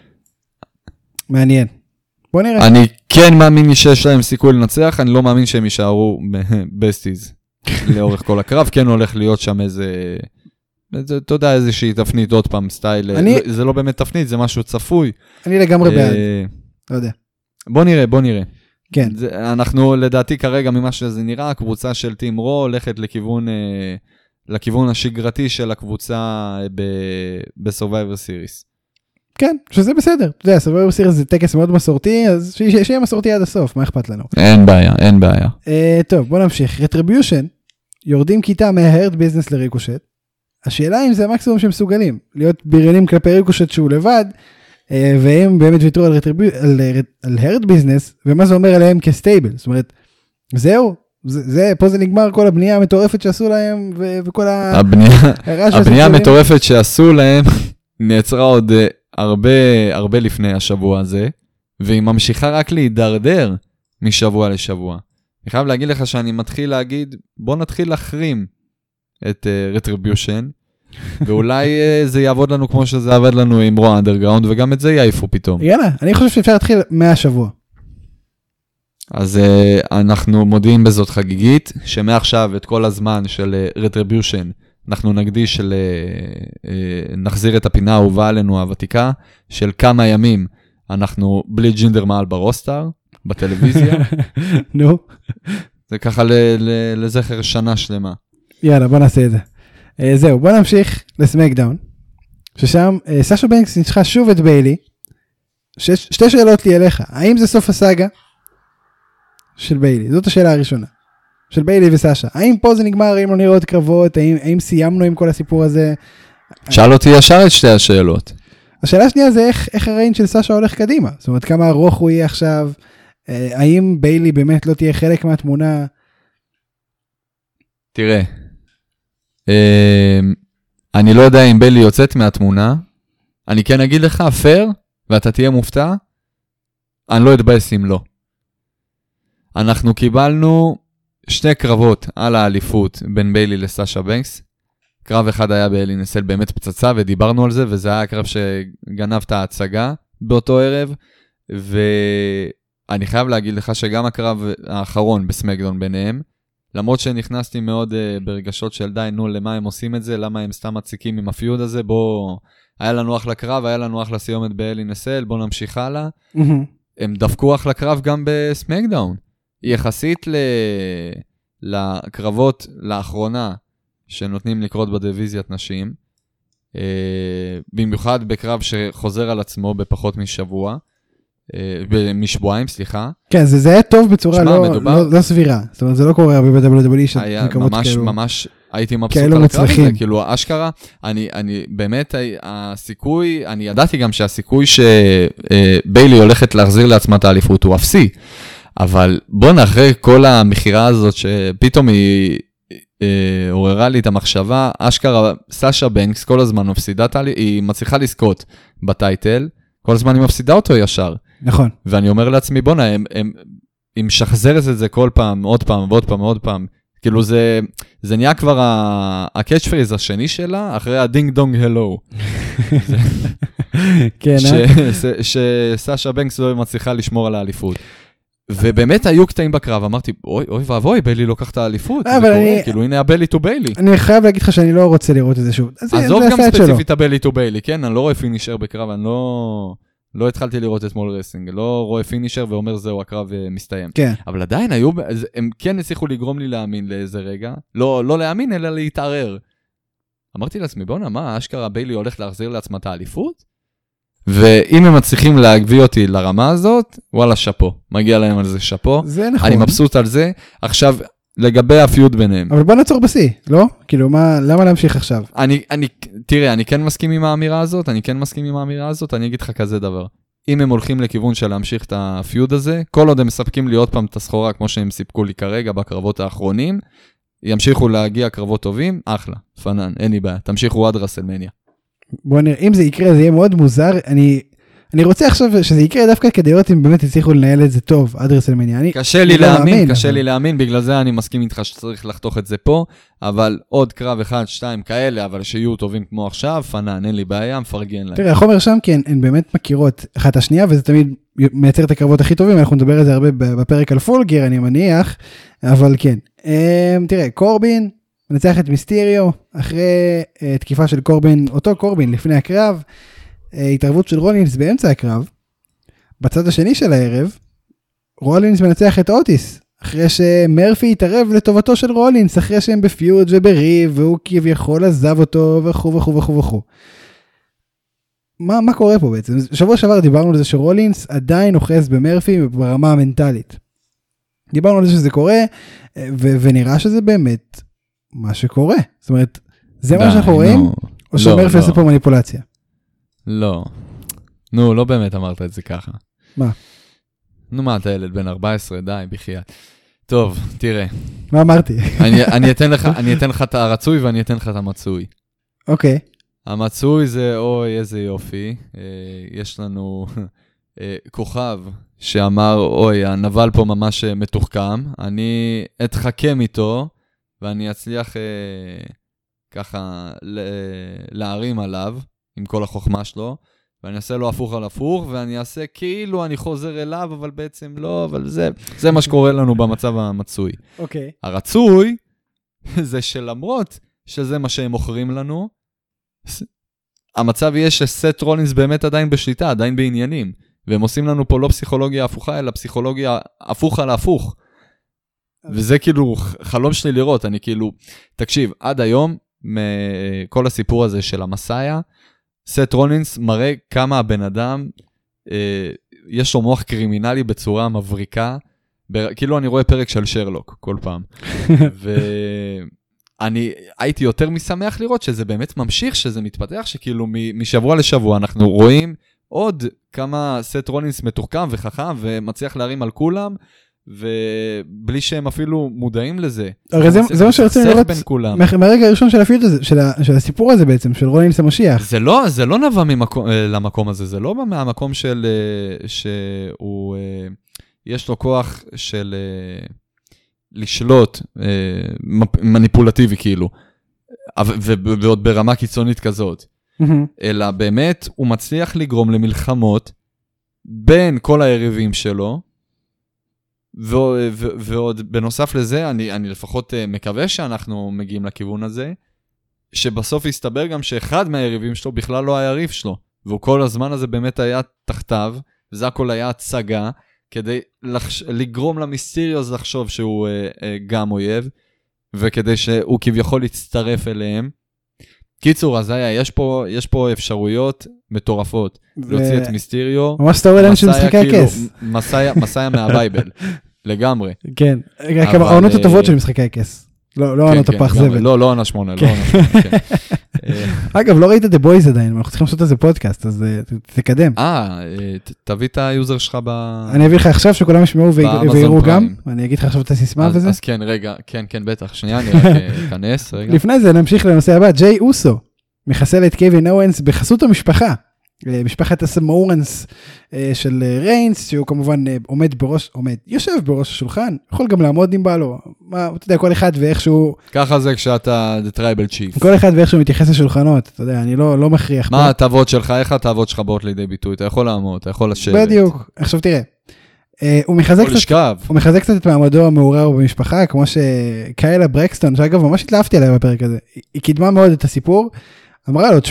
S1: מעניין. בוא נראה. אני
S2: כן מאמין שיש להם סיכוי לנצח, אני לא מאמין שהם יישארו בסטיז לאורך כל הקרב, כן הולך להיות שם איזה, אתה יודע, איזושהי תפנית עוד פעם, סטייל, זה לא באמת תפנית, זה משהו צפוי.
S1: אני לגמרי בעד, לא יודע.
S2: בוא נראה, בוא נראה.
S1: כן.
S2: אנחנו לדעתי כרגע ממה שזה נראה, הקבוצה של טים רו הולכת לכיוון, לכיוון השגרתי של הקבוצה ב-Survivor Series.
S1: כן, שזה בסדר. אתה יודע, Survivor Series זה טקס מאוד מסורתי, אז שיהיה מסורתי עד הסוף, מה אכפת לנו?
S2: אין בעיה, אין בעיה.
S1: טוב, בוא נמשיך. Retribution, יורדים כיתה מה-Hurt Business לריקושט. השאלה אם זה המקסימום שהם מסוגלים, להיות בריונים כלפי ריקושט שהוא לבד, והם באמת ויתרו על Hurt Business, ומה זה אומר עליהם כסטייבל. זאת אומרת, זהו, זה, פה זה נגמר כל הבנייה המטורפת שעשו להם, וכל ה...
S2: הבנייה המטורפת שעשו להם, נעצרה עוד... הרבה, הרבה לפני השבוע הזה, והיא ממשיכה רק להידרדר משבוע לשבוע. אני חייב להגיד לך שאני מתחיל להגיד, בוא נתחיל להחרים את uh, Retribution, ואולי uh, זה יעבוד לנו כמו שזה עבד לנו עם רוע אנדרגראונד, וגם את זה יעיפו פתאום.
S1: יאללה, אני חושב שאפשר להתחיל מהשבוע. אז
S2: uh, אנחנו מודיעים בזאת חגיגית, שמעכשיו את כל הזמן של uh, Retribution, אנחנו נקדיש של, נחזיר את הפינה האהובה עלינו הוותיקה, של כמה ימים אנחנו בלי ג'ינדר מעל ברוסטר, בטלוויזיה.
S1: נו.
S2: זה ככה לזכר שנה שלמה.
S1: יאללה, בוא נעשה את זה. זהו, בוא נמשיך לסמקדאון, ששם סאשה בנקס ניצחה שוב את ביילי. שתי שאלות לי אליך, האם זה סוף הסאגה של ביילי? זאת השאלה הראשונה. של ביילי וסאשה. האם פה זה נגמר, האם לא נראה עוד קרבות, האם, האם סיימנו עם כל הסיפור הזה?
S2: שאל אותי ישר את שתי השאלות.
S1: השאלה השנייה זה איך, איך הריין של סאשה הולך קדימה. זאת אומרת, כמה ארוך הוא יהיה עכשיו, האם ביילי באמת לא תהיה חלק מהתמונה?
S2: תראה, אני לא יודע אם ביילי יוצאת מהתמונה, אני כן אגיד לך, פייר, ואתה תהיה מופתע, אני לא אתבאס אם לא. אנחנו קיבלנו שתי קרבות על האליפות בין ביילי לסאשה בנקס. קרב אחד היה באלי נסל באמת פצצה, ודיברנו על זה, וזה היה הקרב שגנב את ההצגה באותו ערב, ואני חייב להגיד לך שגם הקרב האחרון בסמקדאון ביניהם, למרות שנכנסתי מאוד uh, ברגשות של די, נו, למה הם עושים את זה, למה הם סתם מציקים עם הפיוד הזה, בוא, היה לנו אחלה קרב, היה לנו אחלה סיומת באלי נסל, בוא נמשיך הלאה. Mm-hmm. הם דפקו אחלה קרב גם בסמקדאון. יחסית ל... לקרבות לאחרונה שנותנים לקרות בדיוויזיית נשים, במיוחד בקרב שחוזר על עצמו בפחות משבוע, משבועיים, סליחה.
S1: כן, זה, זה היה טוב בצורה לא, מדובר... לא, לא סבירה. זאת אומרת, זה לא קורה הרבה ב-דאבליו דאבליו אי
S2: היה ממש, כאלו, ממש, הייתי מבסוט על הקרב הזה, כאילו, אשכרה, אני, אני, באמת, הסיכוי, אני ידעתי גם שהסיכוי שביילי הולכת להחזיר לעצמה את האליפות הוא אפסי, אבל בוא נאחרי כל המחירה הזאת שפתאום היא אה, עוררה לי את המחשבה, אשכרה סאשה בנקס כל הזמן מפסידה, היא מצליחה לזכות בטייטל, כל הזמן היא מפסידה אותו ישר.
S1: נכון.
S2: ואני אומר לעצמי, בונה, הם, הם, היא משחזרת את זה כל פעם, עוד פעם ועוד פעם ועוד פעם. כאילו זה, זה נהיה כבר הקאץ' פריז השני שלה, אחרי הדינג דונג הלו.
S1: כן,
S2: שסאשה בנקס לא מצליחה לשמור על האליפות. ובאמת היו קטעים בקרב, אמרתי, אוי, אוי ואבוי, ביילי לוקח את האליפות, זה קורה, כאילו הנה הביילי טו ביילי.
S1: אני חייב להגיד לך שאני לא רוצה לראות את זה שוב.
S2: עזוב גם ספציפית הביילי טו ביילי, כן, אני לא רואה פינישר בקרב, אני לא... לא התחלתי לראות אתמול רסינג, לא רואה פינישר ואומר זהו, הקרב מסתיים.
S1: כן.
S2: אבל עדיין היו, הם כן הצליחו לגרום לי להאמין לאיזה רגע, לא, לא להאמין, אלא להתערר. אמרתי לעצמי, בוא'נה, מה, אשכרה ביילי הולך להחזיר לעצמה את האליפות? ואם הם מצליחים להגביא אותי לרמה הזאת, וואלה, שפו. מגיע להם על זה שפו.
S1: זה נכון.
S2: אני מבסוט על זה. עכשיו, לגבי הפיוט ביניהם.
S1: אבל בוא נעצור בסי, לא? כאילו, מה, למה להמשיך עכשיו?
S2: אני, אני, תראה, אני כן מסכים עם האמירה הזאת, אני כן מסכים עם האמירה הזאת, אני אגיד לך כזה דבר. אם הם הולכים לכיוון של להמשיך את הפיוד הזה, כל עוד הם מספקים לי עוד פעם את הסחורה, כמו שהם סיפקו לי כרגע בקרבות האחרונים, ימשיכו להגיע קרבות טובים, אחלה, פנן, אין לי בעיה, תמשיכו עד רסלמניה.
S1: בוא נראה, אם זה יקרה, זה יהיה מאוד מוזר, אני, אני רוצה עכשיו שזה יקרה דווקא כדי לראות אם באמת יצליחו לנהל את זה טוב, עד רסלמניה.
S2: קשה לי להאמין, קשה לי להאמין, בגלל זה אני מסכים איתך שצריך לחתוך את זה פה, אבל עוד קרב אחד, שתיים כאלה, אבל שיהיו טובים כמו עכשיו, פנן, אין לי בעיה, מפרגן להם.
S1: תראה, החומר שם, כן, הן באמת מכירות אחת השנייה, וזה תמיד מייצר את הקרבות הכי טובים, אנחנו נדבר על זה הרבה בפרק על פול גיר, אני מניח, אבל כן. תראה, קורבין מנצח את מיסטריו, אחרי תקיפה של קורבין, אותו קורבין לפני הקרב, התערבות של רולינס באמצע הקרב, בצד השני של הערב, רולינס מנצח את אוטיס, אחרי שמרפי התערב לטובתו של רולינס, אחרי שהם בפיוד ובריב, והוא כביכול עזב אותו, וכו' וכו' וכו' וכו'. מה, מה קורה פה בעצם? שבוע שעבר דיברנו על זה שרולינס עדיין אוחז במרפי ברמה המנטלית. דיברנו על זה שזה קורה, ו- ונראה שזה באמת מה שקורה. זאת אומרת, זה מה שאנחנו רואים, או שמרפי עושה פה מניפולציה?
S2: לא. נו, לא באמת אמרת את זה ככה.
S1: מה?
S2: נו, מה, אתה ילד בן ארבע עשרה, די, בחייאת. טוב, תראה.
S1: מה אמרתי?
S2: אני, אני אתן לך, אני אתן לך את הרצוי ואני אתן לך את המצוי.
S1: אוקיי.
S2: המצוי זה, אוי, איזה יופי. יש לנו כוכב שאמר, אוי, הנבל פה ממש מתוחכם. אני אתחכם איתו, ואני אצליח ככה להרים עליו, עם כל החוכמה שלו, ואני אעשה לו הפוך על הפוך, ואני אעשה כאילו אני חוזר אליו, אבל בעצם לא, אבל זה, זה מה שקורה לנו במצב המצוי.
S1: אוקיי. Okay.
S2: הרצוי, זה שלמרות שזה מה שהם מוכרים לנו, המצב יהיה שסט רולינס באמת עדיין בשליטה, עדיין בעניינים, והם עושים לנו פה לא פסיכולוגיה הפוכה, אלא פסיכולוגיה הפוך על הפוך. וזה כאילו חלום שלי לראות, אני כאילו, תקשיב, עד היום, מכל הסיפור הזה של המסאיה, סט רולינס מראה כמה הבן אדם, אה, יש לו מוח קרימינלי בצורה מבריקה, ב- כאילו אני רואה פרק של שרלוק כל פעם. ואני הייתי יותר משמח לראות שזה באמת ממשיך, שזה מתפתח, שכאילו מ- משבוע לשבוע אנחנו רואים עוד כמה סט רולינס מתוחכם וחכם, ומצליח להרים על כולם, ובלי שהם אפילו מודעים לזה.
S1: הרי זה, זה מה שרצינו לראות מהרגע הראשון של הפיוט הזה, של, ה, של הסיפור הזה בעצם, של רולינס המשיח.
S2: זה לא, זה לא נבע ממקום, למקום הזה, זה לא מהמקום של, שהוא, יש לו כוח של לשלוט, מניפולטיבי כאילו, ועוד ברמה קיצונית כזאת. אלא באמת הוא מצליח לגרום למלחמות בין כל היריבים שלו, ועוד בנוסף לזה, אני, אני לפחות מקווה שאנחנו מגיעים לכיוון הזה, שבסוף יסתבר גם שאחד מהיריבים שלו בכלל לא היריב שלו, והוא כל הזמן הזה באמת היה תחתיו, וזה הכל היה הצגה, כדי לחש... לגרום למיסטריוס לחשוב שהוא אה, אה, גם אויב, וכדי שהוא כביכול יצטרף אליהם. קיצור, אז היה, יש פה, יש פה אפשרויות מטורפות. ו... להוציא את מיסטריו.
S1: ממש סטורי להם של משחקי הכס.
S2: מסאיה מהבייבל. לגמרי.
S1: כן. כמה העונות הטובות של משחקי הכס. לא העונות הפח זבל.
S2: לא, לא עונה שמונה. לא עונה שמונה,
S1: אגב, לא ראית The Boys עדיין, אנחנו צריכים לעשות איזה פודקאסט, אז תקדם.
S2: אה, תביא את היוזר שלך ב...
S1: אני אביא לך עכשיו שכולם ישמעו ויראו גם, אני אגיד לך עכשיו את הסיסמה וזה.
S2: אז כן, רגע, כן, כן, בטח, שנייה, אני רק אכנס, רגע.
S1: לפני זה נמשיך לנושא הבא, ג'יי אוסו, מחסל את קווין אוונס בחסות המשפחה, משפחת הסמורנס של ריינס, שהוא כמובן עומד בראש, עומד, יושב בראש השולחן, יכול גם לעמוד עם בעלו, מה, אתה יודע, כל אחד ואיכשהו...
S2: ככה זה כשאתה the tribal chief.
S1: כל אחד ואיכשהו מתייחס לשולחנות, אתה יודע, אני לא, לא מכריח.
S2: מה התאבות שלך, איך התאבות שלך באות לידי ביטוי? אתה יכול לעמוד, אתה יכול לשבת.
S1: בדיוק, עכשיו תראה, הוא מחזק קצת, הוא מחזק קצת את מעמדו המעורר במשפחה, כמו שקיילה ברקסטון, שאגב ממש התלהבתי עליה בפרק הזה, היא קידמה מאוד את הסיפור, אמרה לו, תשמע,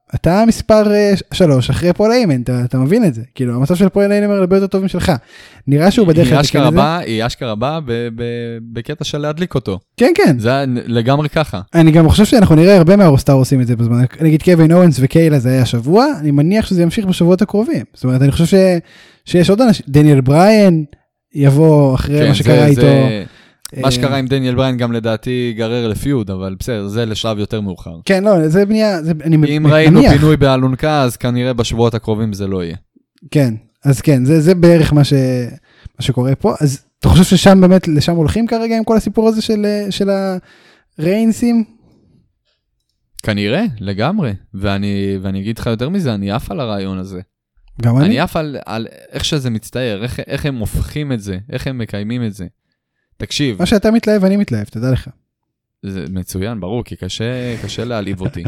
S1: אתה מספר שלוש אחרי פול איימן, אתה, אתה מבין את זה, כאילו המצב של פול איימן הרבה יותר טוב משלך, נראה שהוא בדרך
S2: כלל תקן את זה. היא אשכרה באה בקטע של להדליק אותו.
S1: כן, כן.
S2: זה לגמרי ככה.
S1: אני גם חושב שאנחנו נראה הרבה מהרוסטאר עושים את זה בזמן, נגיד קווין אורנס וקיילה זה היה שבוע, אני מניח שזה ימשיך בשבועות הקרובים, זאת אומרת אני חושב ש, שיש עוד אנשים, דניאל בריין יבוא אחרי
S2: כן,
S1: מה שקרה
S2: זה,
S1: איתו.
S2: זה... מה שקרה עם דניאל בריין גם לדעתי גרר לפיוד, אבל בסדר, זה לשלב יותר מאוחר.
S1: כן, לא, זה בנייה, זה, אני מניח.
S2: אם ראינו פינוי באלונקה, אז כנראה בשבועות הקרובים זה לא יהיה.
S1: כן, אז כן, זה, זה בערך מה, ש, מה שקורה פה. אז אתה חושב ששם באמת, לשם הולכים כרגע עם כל הסיפור הזה של, של הריינסים?
S2: כנראה, לגמרי. ואני, ואני אגיד לך יותר מזה, אני עף על הרעיון הזה.
S1: גם אני?
S2: אני עף על, על איך שזה מצטער, איך, איך הם הופכים את זה, איך הם מקיימים את זה. תקשיב.
S1: מה שאתה מתלהב, אני מתלהב, תדע לך.
S2: זה מצוין, ברור, כי קשה, קשה להעליב אותי.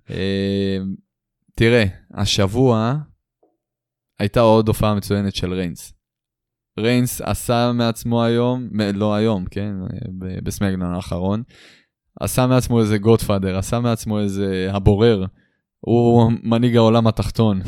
S2: תראה, השבוע הייתה עוד הופעה מצוינת של ריינס. ריינס עשה מעצמו היום, לא היום, כן, בסמקדאון האחרון, עשה מעצמו איזה גודפאדר, עשה מעצמו איזה הבורר, הוא מנהיג העולם התחתון.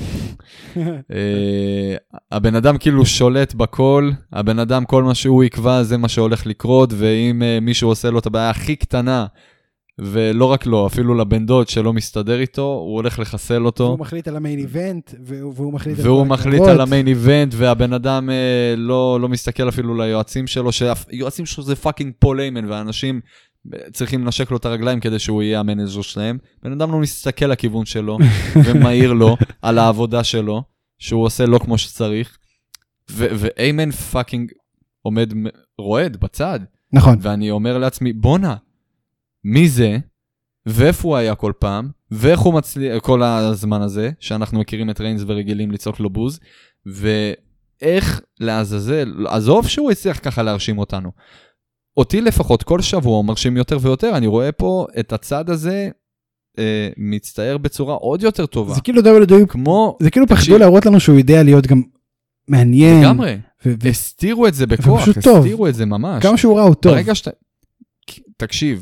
S2: הבן אדם כאילו שולט בכל, הבן אדם כל מה שהוא יקבע זה מה שהולך לקרות, ואם מישהו עושה לו את הבעיה הכי קטנה, ולא רק לו, אפילו לבן דוד שלא מסתדר איתו, הוא הולך לחסל אותו.
S1: והוא מחליט על המיין איבנט, והוא מחליט על
S2: והוא מחליט על המיין איבנט, והבן אדם לא, לא מסתכל אפילו ליועצים שלו, שיועצים שלו זה פאקינג פול איימן, ואנשים צריכים לנשק לו את הרגליים כדי שהוא יהיה המנג'ר שלהם. בן אדם לא מסתכל לכיוון שלו, ומהיר לו על העבודה שלו, שהוא עושה לא כמו שצריך, ואיימן פאקינג עומד רועד בצד.
S1: נכון.
S2: ואני אומר לעצמי, בונה, מי זה, ואיפה הוא היה כל פעם, ואיך הוא מצליח, כל הזמן הזה, שאנחנו מכירים את ריינס ורגילים לצעוק לו בוז, ואיך לעזאזל, עזוב שהוא הצליח ככה להרשים אותנו. אותי לפחות כל שבוע הוא מרשים יותר ויותר, אני רואה פה את הצד הזה אה, מצטער בצורה עוד יותר טובה.
S1: זה כאילו דאבליו דאבליו,
S2: כמו...
S1: זה כאילו פחדו להראות לנו שהוא יודע להיות גם מעניין.
S2: לגמרי, ו- הסתירו את זה בכוח, הסתירו את זה ממש.
S1: כמה שהוא ראה הוא טוב.
S2: ברגע שאתה... תקשיב,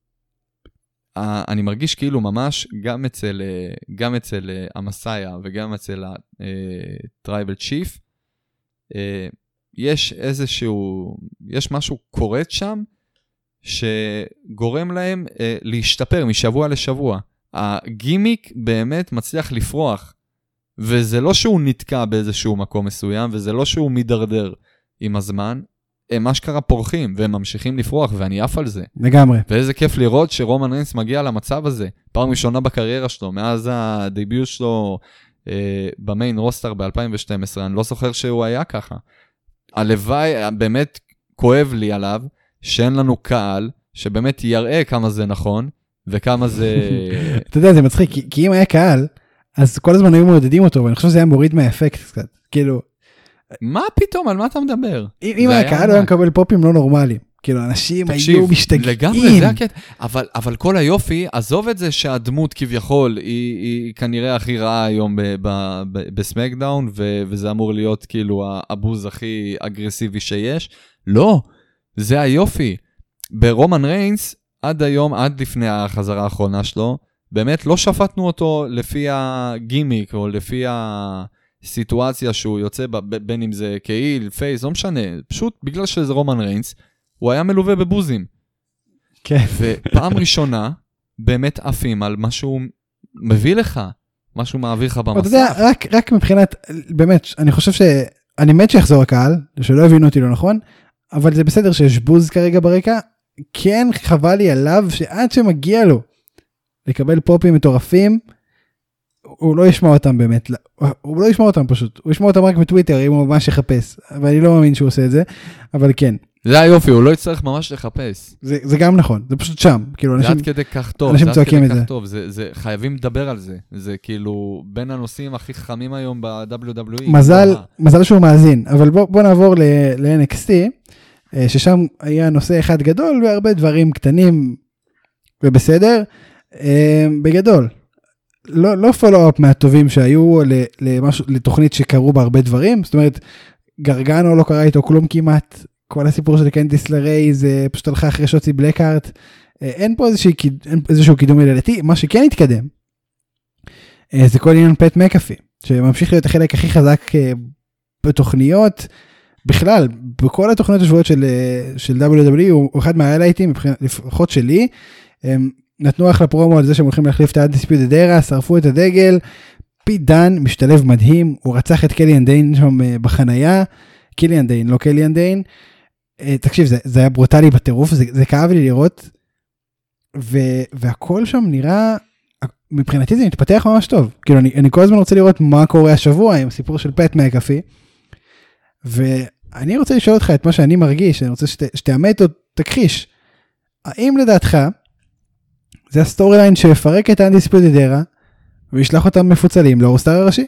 S2: אני מרגיש כאילו ממש גם אצל, גם אצל המסאיה וגם אצל הטרייבל צ'יף, יש איזשהו, יש משהו קורית שם, שגורם להם להשתפר משבוע לשבוע. הגימיק באמת מצליח לפרוח, וזה לא שהוא נתקע באיזשהו מקום מסוים, וזה לא שהוא מדרדר עם הזמן, הם מה שקרה פורחים, והם ממשיכים לפרוח, ואני עף על זה.
S1: לגמרי.
S2: ואיזה כיף לראות שרומן ריינס מגיע למצב הזה, פעם ראשונה בקריירה שלו, מאז הדביוט שלו אה, במיין רוסטר ב-אלפיים ושתים עשרה, אני לא זוכר שהוא היה ככה. הלוואי, באמת כואב לי עליו, שאין לנו קהל, שבאמת יראה כמה זה נכון, וכמה זה...
S1: אתה יודע, זה מצחיק, כי, כי אם היה קהל, אז כל הזמן היו מעודדים אותו, ואני חושב שזה היה מוריד מהאפקט קצת, כאילו...
S2: מה פתאום? על מה אתה מדבר?
S1: אם היה קהל, הוא היה מקבל פופים לא נורמליים. כאילו, אנשים היו משתגעים.
S2: לגמרי, זה הקטע. אבל, אבל כל היופי, עזוב את זה שהדמות כביכול, היא, היא כנראה הכי רעה היום בסמקדאון, וזה אמור להיות כאילו הבוז הכי אגרסיבי שיש. לא, זה היופי. ברומן ריינס, עד היום, עד לפני החזרה האחרונה שלו, באמת לא שפטנו אותו לפי הגימיק, או לפי ה... סיטואציה שהוא יוצא בין אם זה קהיל, פייס, לא משנה, פשוט בגלל שזה רומן ריינס, הוא היה מלווה בבוזים.
S1: כן.
S2: ופעם ראשונה, באמת עפים על משהו מביא לך, משהו מעביר לך במסך. אתה יודע,
S1: רק, רק מבחינת, באמת, אני חושב ש... אני מת שיחזור הקהל, שלא הבינו אותי לא נכון, אבל זה בסדר שיש בוז כרגע ברקע, כן חבל לי עליו שעד שמגיע לו לקבל פופים מטורפים, הוא לא ישמע אותם באמת, הוא לא ישמע אותם פשוט, הוא ישמע אותם רק בטוויטר, אם הוא ממש יחפש, אבל אני לא מאמין שהוא עושה את זה, אבל כן.
S2: זה היופי, הוא לא יצטרך ממש לחפש.
S1: זה, זה גם נכון, זה פשוט שם, כאילו אנשים,
S2: זה עד כדי כך טוב,
S1: אנשים צועקים את זה.
S2: טוב, זה, זה, חייבים לדבר על זה, זה כאילו בין הנושאים הכי חכמים היום ב-דאבליו דאבליו אי.
S1: מזל, מזל שהוא מאזין, אבל בוא, בוא נעבור ל-אן אקס טי, ששם היה נושא אחד גדול, והרבה דברים קטנים ובסדר, בגדול. לא, לא פולו-אפ מהטובים שהיו למשהו, לתוכנית שקרו בה הרבה דברים, זאת אומרת, גרגנו לא קרה איתו כלום כמעט, כל הסיפור של קנדיס לריי, זה פשוט הלכה אחרי שוצי בלקארט, אין פה איזשהו, איזשהו קידום ילדתי, מה שכן התקדם, זה כל עניין פט מקאפי, שממשיך להיות החלק הכי חזק בתוכניות, בכלל, בכל התוכניות השבועות של, של דאבליו דאבליו אי, הוא אחד מההיילייטים, לפחות שלי, הם נתנו אחלה פרומו על זה שהם הולכים להחליף את ה-Undisputed Era, שרפו את הדגל, פיט דן משתלב מדהים, הוא רצח את קליאן דיין שם בחנייה, קליאן דיין, לא קליאן דיין, תקשיב, זה, זה היה ברוטלי בטירוף, זה, זה כאב לי לראות, ו, והכל שם נראה, מבחינתי זה מתפתח ממש טוב, כאילו אני, אני כל הזמן רוצה לראות מה קורה השבוע עם סיפור של פט מקאפי, ואני רוצה לשאול אותך את מה שאני מרגיש, אני רוצה שת, שתאמת או תכחיש, האם לדעתך, זה הסטורי ליין שיפרק את ה-Undisputed Era, וישלח אותם מפוצלים לאורסטאר הראשי?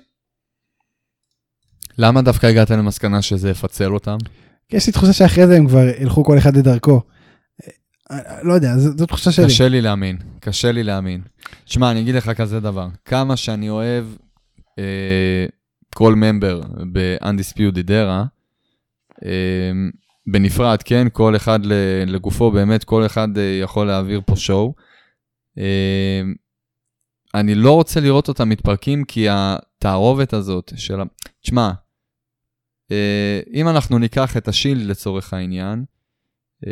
S2: למה דווקא הגעת למסקנה שזה יפצל אותם?
S1: כי יש לי תחושה שאחרי זה הם כבר ילכו כל אחד לדרכו. לא יודע, זו תחושה שלי.
S2: קשה לי להאמין, קשה לי להאמין. תשמע, אני אגיד לך כזה דבר, כמה שאני אוהב אה, כל ממבר ב-Undisputed Era, אה, בנפרד, כן, כל אחד לגופו, באמת כל אחד יכול להעביר פה שואו. אה, אני לא רוצה לראות אותם מתפרקים, כי התערובת הזאת של... תשמע, אה, אם אנחנו ניקח את השילד לצורך העניין, אה,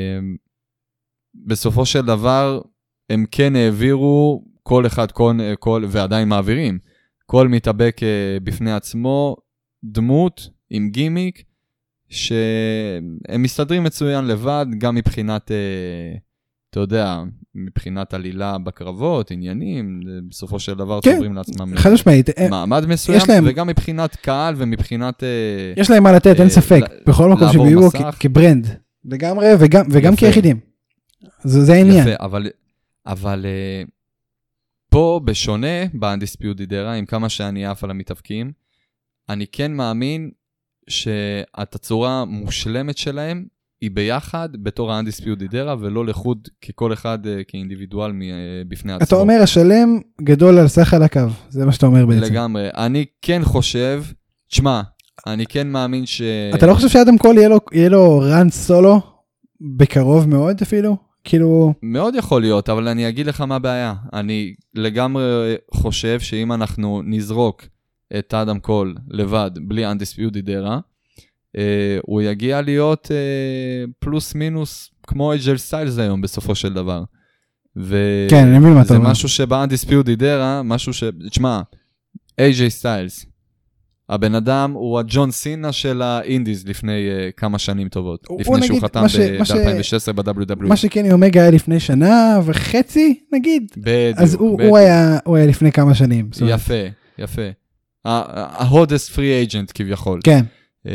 S2: בסופו של דבר, הם כן העבירו כל אחד, כל, כל, ועדיין מעבירים, כל מתאבק בפני עצמו, דמות עם גימיק, שהם מסתדרים מצוין לבד, גם מבחינת, אתה יודע, מבחינת עלילה בקרבות, עניינים, בסופו של דבר
S1: כן,
S2: צוברים לעצמם
S1: חד משמעית,
S2: מעמד מסוים,
S1: להם,
S2: וגם מבחינת קהל ומבחינת...
S1: יש להם מה לתת, אין ספק, בכל מקום שהם יהיו כברנד, לגמרי, וגם, וגם כיחידים. זה, זה העניין.
S2: יפה, אבל, אבל uh, פה בשונה, ב-Undisputed Era, עם כמה שאני אף על המתאבקים, אני כן מאמין שהתצורה המושלמת שלהם היא ביחד בתור ה-Undisputed Era, ולא לחוד ככל אחד uh, כאינדיבידואל uh, בפני עצמו. אתה
S1: אומר, השלם גדול על סך על הקו, זה מה שאתה אומר בעצם.
S2: לגמרי, אני כן חושב, תשמע, אני כן מאמין ש...
S1: אתה לא חושב שאדם קול יהיה לו, יהיה לו רן סולו בקרוב מאוד אפילו? כאילו...
S2: מאוד יכול להיות, אבל אני אגיד לך מה הבעיה. אני לגמרי חושב שאם אנחנו נזרוק את אדם קול לבד, בלי Undisputed Era, אה, הוא יגיע להיות אה, פלוס מינוס כמו אייג'ל סטיילס היום בסופו של דבר. ו...
S1: כן, אני מבין מה אתה אומר.
S2: זה משהו שב-Undisputed Era, משהו ש... תשמע, אייג'ל סטיילס, הבן אדם הוא הג'ון סינה של האינדיז לפני uh, כמה שנים טובות. לפני שהוא חתם ב-אלפיים ושש עשרה ב-דאבליו דאבליו אי.
S1: מה שקני אומגה היה לפני שנה וחצי, נגיד.
S2: בדיוק.
S1: אז הוא, הוא, היה, הוא היה לפני כמה שנים.
S2: יפה, יפה. ה-Hottest Free Agent כביכול.
S1: כן.
S2: Uh,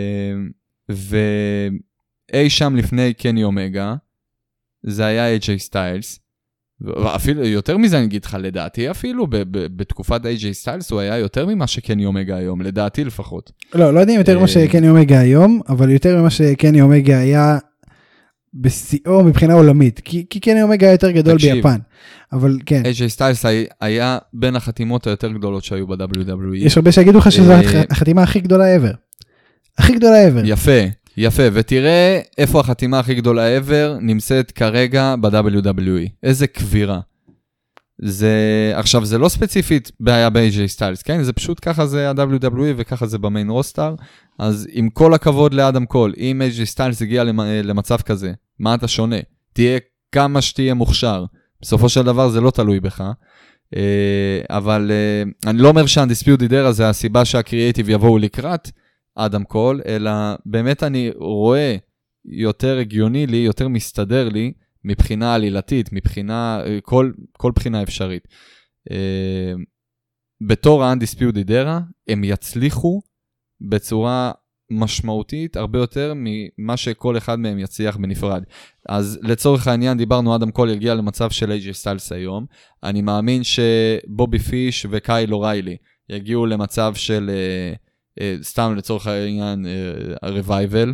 S2: ואי שם לפני קני אומגה, זה היה איי ג'יי סטיילס. אפילו יותר מזה אני אגיד לך, לדעתי אפילו בתקופת איי ג'יי סטיילס הוא היה יותר ממה שקני אומגה היום, לדעתי לפחות.
S1: לא, לא יודעים יותר ממה שקני אומגה היום, אבל יותר ממה שקני אומגה היה בשיאו מבחינה עולמית, כי קני אומגה היה יותר גדול ביפן, אבל כן.
S2: איי ג'יי סטיילס היה בין החתימות היותר גדולות שהיו ב-דאבליו דאבליו אי.
S1: יש הרבה שיגידו לך שזו החתימה הכי גדולה ever. הכי גדולה ever.
S2: יפה. יפה, ותראה איפה החתימה הכי גדולה ever נמצאת כרגע ב-דאבליו דאבליו אי. איזה כבירה. זה, עכשיו, זה לא ספציפית בעיה ב-איי ג'יי סטיילס, כן? זה פשוט ככה זה ה-דאבליו דאבליו אי וככה זה במיין רוסטר. אז עם כל הכבוד לאדם קול, אם איי ג'יי סטיילס הגיע למצב כזה, מה אתה שונה? תהיה כמה שתהיה מוכשר. בסופו של דבר זה לא תלוי בך. אבל אני לא אומר שה-Undisputed Era זה הסיבה שהקריאייטיב יבואו לקראת, אדם קול, אלא באמת אני רואה יותר הגיוני לי, יותר מסתדר לי, מבחינה עלילתית, מבחינה, כל, כל בחינה אפשרית. Uh, בתור ה-Undisputed Era, הם יצליחו בצורה משמעותית, הרבה יותר ממה שכל אחד מהם יצליח בנפרד. אז לצורך העניין, דיברנו, אדם קול יגיע למצב של איי ג'יי סטיילס היום, אני מאמין שבובי פיש וקייל אוריילי יגיעו למצב של... Uh, סתם לצורך העניין הרווייבל,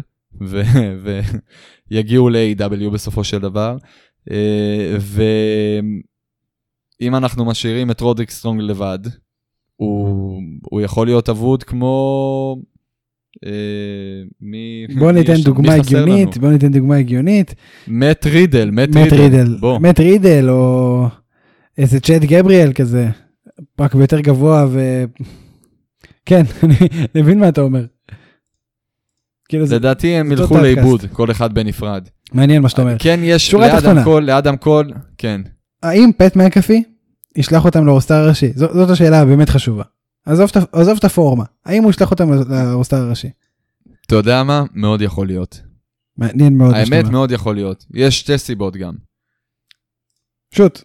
S2: ויגיעו ל-איי דאבליו בסופו של דבר, ואם אנחנו משאירים את רודריק סטרונג לבד, הוא יכול להיות עבוד כמו...
S1: בוא ניתן דוגמה הגיונית, בוא ניתן דוגמה הגיונית.
S2: מאט רידל, מאט
S1: רידל, מאט רידל, או איזה צ'אט גבריאל כזה. רק ביותר גבוה, ו... כן, אני מבין מה אתה אומר.
S2: לדעתי הם ילכו לאיבוד, כל אחד בנפרד.
S1: מעניין מה שאתה אומר.
S2: כן, יש לאדם קול, לאדם קול, כן.
S1: האם פט מקאפי ישלח אותם לרוסטר הראשי? זאת השאלה הבאמת חשובה. עזוב את הפורמה. האם הוא ישלח אותם לרוסטר הראשי?
S2: אתה יודע מה? מאוד יכול להיות.
S1: מעניין מאוד.
S2: האמת מאוד יכול להיות. יש שתי סיבות גם.
S1: שוט.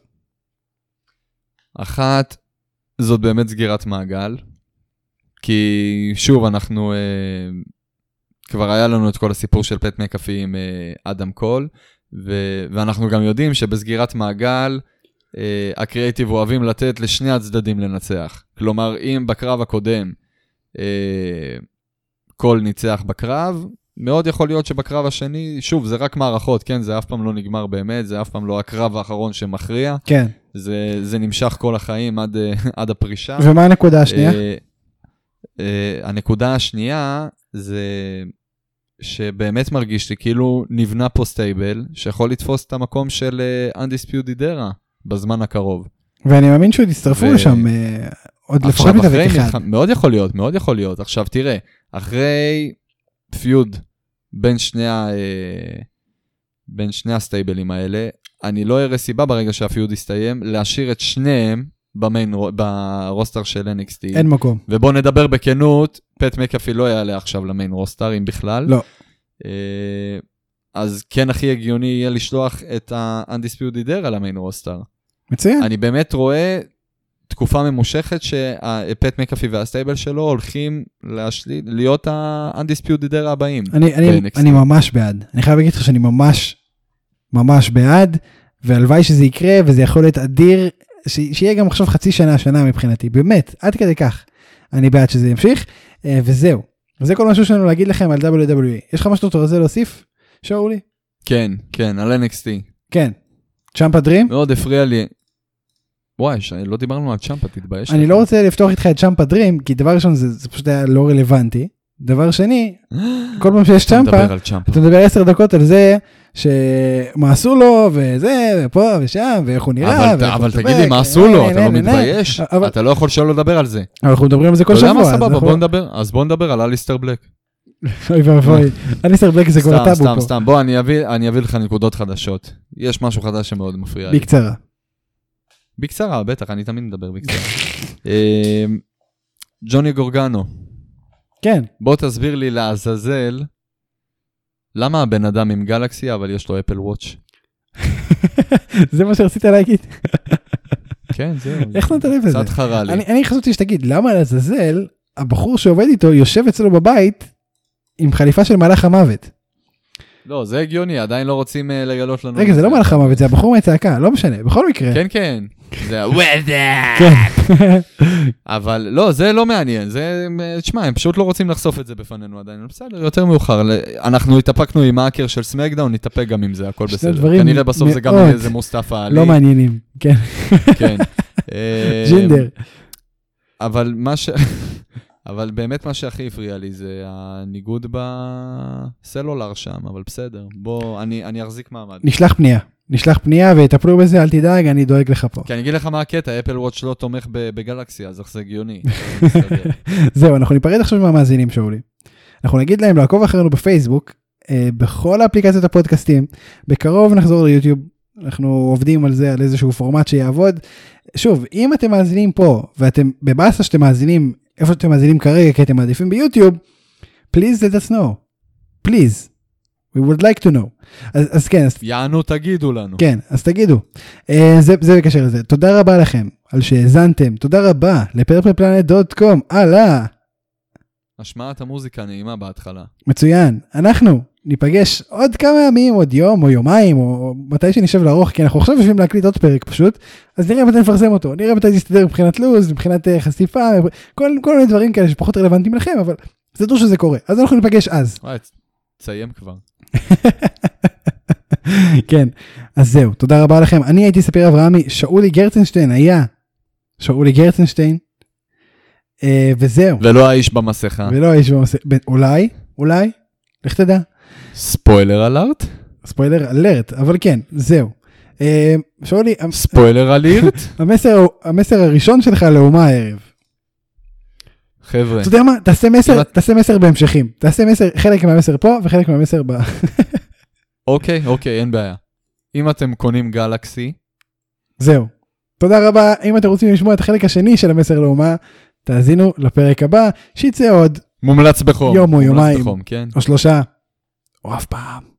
S2: אחת, זאת באמת סגירת מעגל. כי שוב, אנחנו... כבר היה לנו את כל הסיפור של פט מקאפי עם אדם קול, ו- ואנחנו גם יודעים שבסגירת מעגל, uh, הקריאיטיב אוהבים לתת לשני הצדדים לנצח. כלומר, אם בקרב הקודם uh, קול ניצח בקרב, מאוד יכול להיות שבקרב השני, שוב, זה רק מערכות, כן? זה אף פעם לא נגמר באמת, זה אף פעם לא הקרב האחרון שמכריע.
S1: כן.
S2: זה, זה נמשך כל החיים עד, עד הפרישה.
S1: ומה הנקודה השנייה?
S2: Uh, uh, הנקודה השנייה זה... שבאמת מרגיש לי כאילו נבנה פה סטייבל, שיכול לתפוס את המקום של uh, Undisputed Era בזמן הקרוב.
S1: ואני מאמין שהוא יצטרפו ו... לשם uh, עוד לפחות מתאבק אחד. מלח...
S2: מאוד יכול להיות, מאוד יכול להיות. עכשיו תראה, אחרי פיוד בין שני, ה... uh, בין שני הסטייבלים האלה, אני לא אראה סיבה ברגע שהפיוד יסתיים, להשאיר את שניהם במיין, ברוסטר של אן אקס טי.
S1: אין מקום.
S2: ובוא נדבר בכנות, פט מקאפי לא יעלה עכשיו למיין רוסטר, אם בכלל.
S1: לא.
S2: אז כן הכי הגיוני יהיה לשלוח את ה-Undisputed Era למיין רוסטר.
S1: מצוין.
S2: אני באמת רואה תקופה ממושכת שפט מקאפי והסטייבל שלו הולכים להשליט, להיות ה-Undisputed Era הבאים.
S1: אני, אני, אני ממש בעד. אני חייב להגיד לך שאני ממש, ממש בעד, והלוואי שזה יקרה, וזה יכול להיות אדיר, שיהיה גם עכשיו חצי שנה, שנה מבחינתי. באמת, עד כדי כך. אני בעד שזה ימשיך, וזהו. וזה כל משהו שלנו להגיד לכם על דאבליו דאבליו אי. יש לך משהו אתה רוצה להוסיף? שאולי?
S2: כן, כן, על אן אקס טי.
S1: כן. צ'אמפה דרים?
S2: מאוד הפריע לי. וואי, לא דיברנו על צ'אמפה, תתבייש.
S1: אני לא רוצה לפתוח איתך את צ'אמפה דרים, כי דבר ראשון זה, זה פשוט היה לא רלוונטי. דבר שני, כל פעם שיש צ'אמפה, אתה מדבר עשר דקות על זה, שמה עשו לו, וזה, ופה ושם, ואיך הוא נראה.
S2: אבל, אבל תגיד לי, מה עשו לו? אתה לא מתבייש? אתה לא יכול שלא לדבר על זה.
S1: אנחנו מדברים על זה כל שבוע.
S2: אתה יודע מה סבבה, בוא נדבר, אז בוא נדבר על אליסטר בלק.
S1: אוי ואבוי, אליסטר בלק זה כל הטאבו פה.
S2: סתם, סתם, בוא, אני אביא לך נקודות חדשות. יש משהו חדש שמאוד מפריע לי.
S1: בקצרה.
S2: בקצרה, בטח, אני תמיד מדבר בקצרה. ג'וני גורגנו.
S1: כן.
S2: בוא תסביר לי לעזאזל, למה הבן אדם עם גלקסי, אבל יש לו אפל וואץ'?
S1: זה מה שרצית להגיד.
S2: כן, זהו.
S1: איך נתת לב לזה?
S2: קצת חרה לי.
S1: אני חשבתי שתגיד, למה לעזאזל, הבחור שעובד איתו יושב אצלו בבית, עם חליפה של מלאך המוות?
S2: לא, זה הגיוני, עדיין לא רוצים לגלות לנו.
S1: רגע, זה לא מלאך המוות, זה הבחור מהצעקה, לא משנה, בכל מקרה.
S2: כן, כן. זה ה-weather. אבל לא, זה לא מעניין, זה, תשמע, הם פשוט לא רוצים לחשוף את זה בפנינו עדיין, בסדר, יותר מאוחר, אנחנו התאפקנו עם האקר של סמקדאון, נתאפק גם עם זה, הכל בסדר. כנראה בסוף זה גם איזה מוסטפא עלי.
S1: לא מעניינים, כן.
S2: כן.
S1: ג'ינדר.
S2: אבל מה ש... אבל באמת מה שהכי הפריע לי זה הניגוד בסלולר שם, אבל בסדר. בוא, אני, אני אחזיק מעמד.
S1: נשלח פנייה. נשלח פנייה ויטפלו בזה, אל תדאג, אני דואג לך פה.
S2: כי אני אגיד לך מה הקטע, אפל וואץ' לא תומך בגלקסיה, אז איך זה הגיוני.
S1: זהו, אנחנו ניפרד עכשיו מהמאזינים שאולי. אנחנו נגיד להם לעקוב אחרינו בפייסבוק, בכל האפליקציות הפודקאסטים, בקרוב נחזור ליוטיוב, אנחנו עובדים על זה, על איזשהו פורמט שיעבוד. שוב, אם אתם מאזינים פה, ואתם בבאסה שאתם מאזינים, איפה שאתם מאזינים כרגע, כי אתם מעדיפים ביוטיוב, please let us know. please. We would like to know. אז, אז כן. אז...
S2: יענו, תגידו לנו.
S1: כן, אז תגידו. אה, זה, זה בקשר לזה. תודה רבה לכם על שהזנתם. תודה רבה לפרפל פלנט דוט קום. הלאה.
S2: השמעת המוזיקה נעימה בהתחלה.
S1: מצוין. אנחנו ניפגש עוד כמה ימים, עוד יום או יומיים, או מתי שנשב לערוך, כי אנחנו עכשיו יושבים להקליט עוד פרק פשוט, אז נראה מתי נפרסם אותו. נראה מתי זה יסתדר מבחינת לוז, מבחינת חשיפה, כל, כל מיני דברים כאלה שפחות רלוונטיים לכם, אבל זה דור שזה קורה. אז אנחנו ניפגש אז.
S2: וואי, תסיים כבר.
S1: כן, אז זהו, תודה רבה לכם. אני הייתי ספיר אברהמי, שאולי גרצנשטיין היה שאולי גרצנשטיין, אה, וזהו.
S2: ולא האיש במסכה.
S1: ולא האיש במסכה, אולי, אולי, לך תדע.
S2: ספוילר אלרט?
S1: ספוילר אלרט, אבל כן, זהו. שאולי,
S2: ספוילר אלירט.
S1: המסר הראשון שלך לאומה הערב.
S2: חבר'ה.
S1: אתה יודע מה? תעשה מסר, תעשה מסר בהמשכים. תעשה מסר, חלק מהמסר פה וחלק מהמסר ב...
S2: אוקיי, אוקיי, אין בעיה. אם אתם קונים גלקסי.
S1: זהו. תודה רבה. אם אתם רוצים לשמוע את החלק השני של המסר לאומה, תאזינו לפרק הבא, שיצא עוד.
S2: מומלץ בחום.
S1: יום או יומיים.
S2: בחום, כן.
S1: או שלושה. או אף פעם.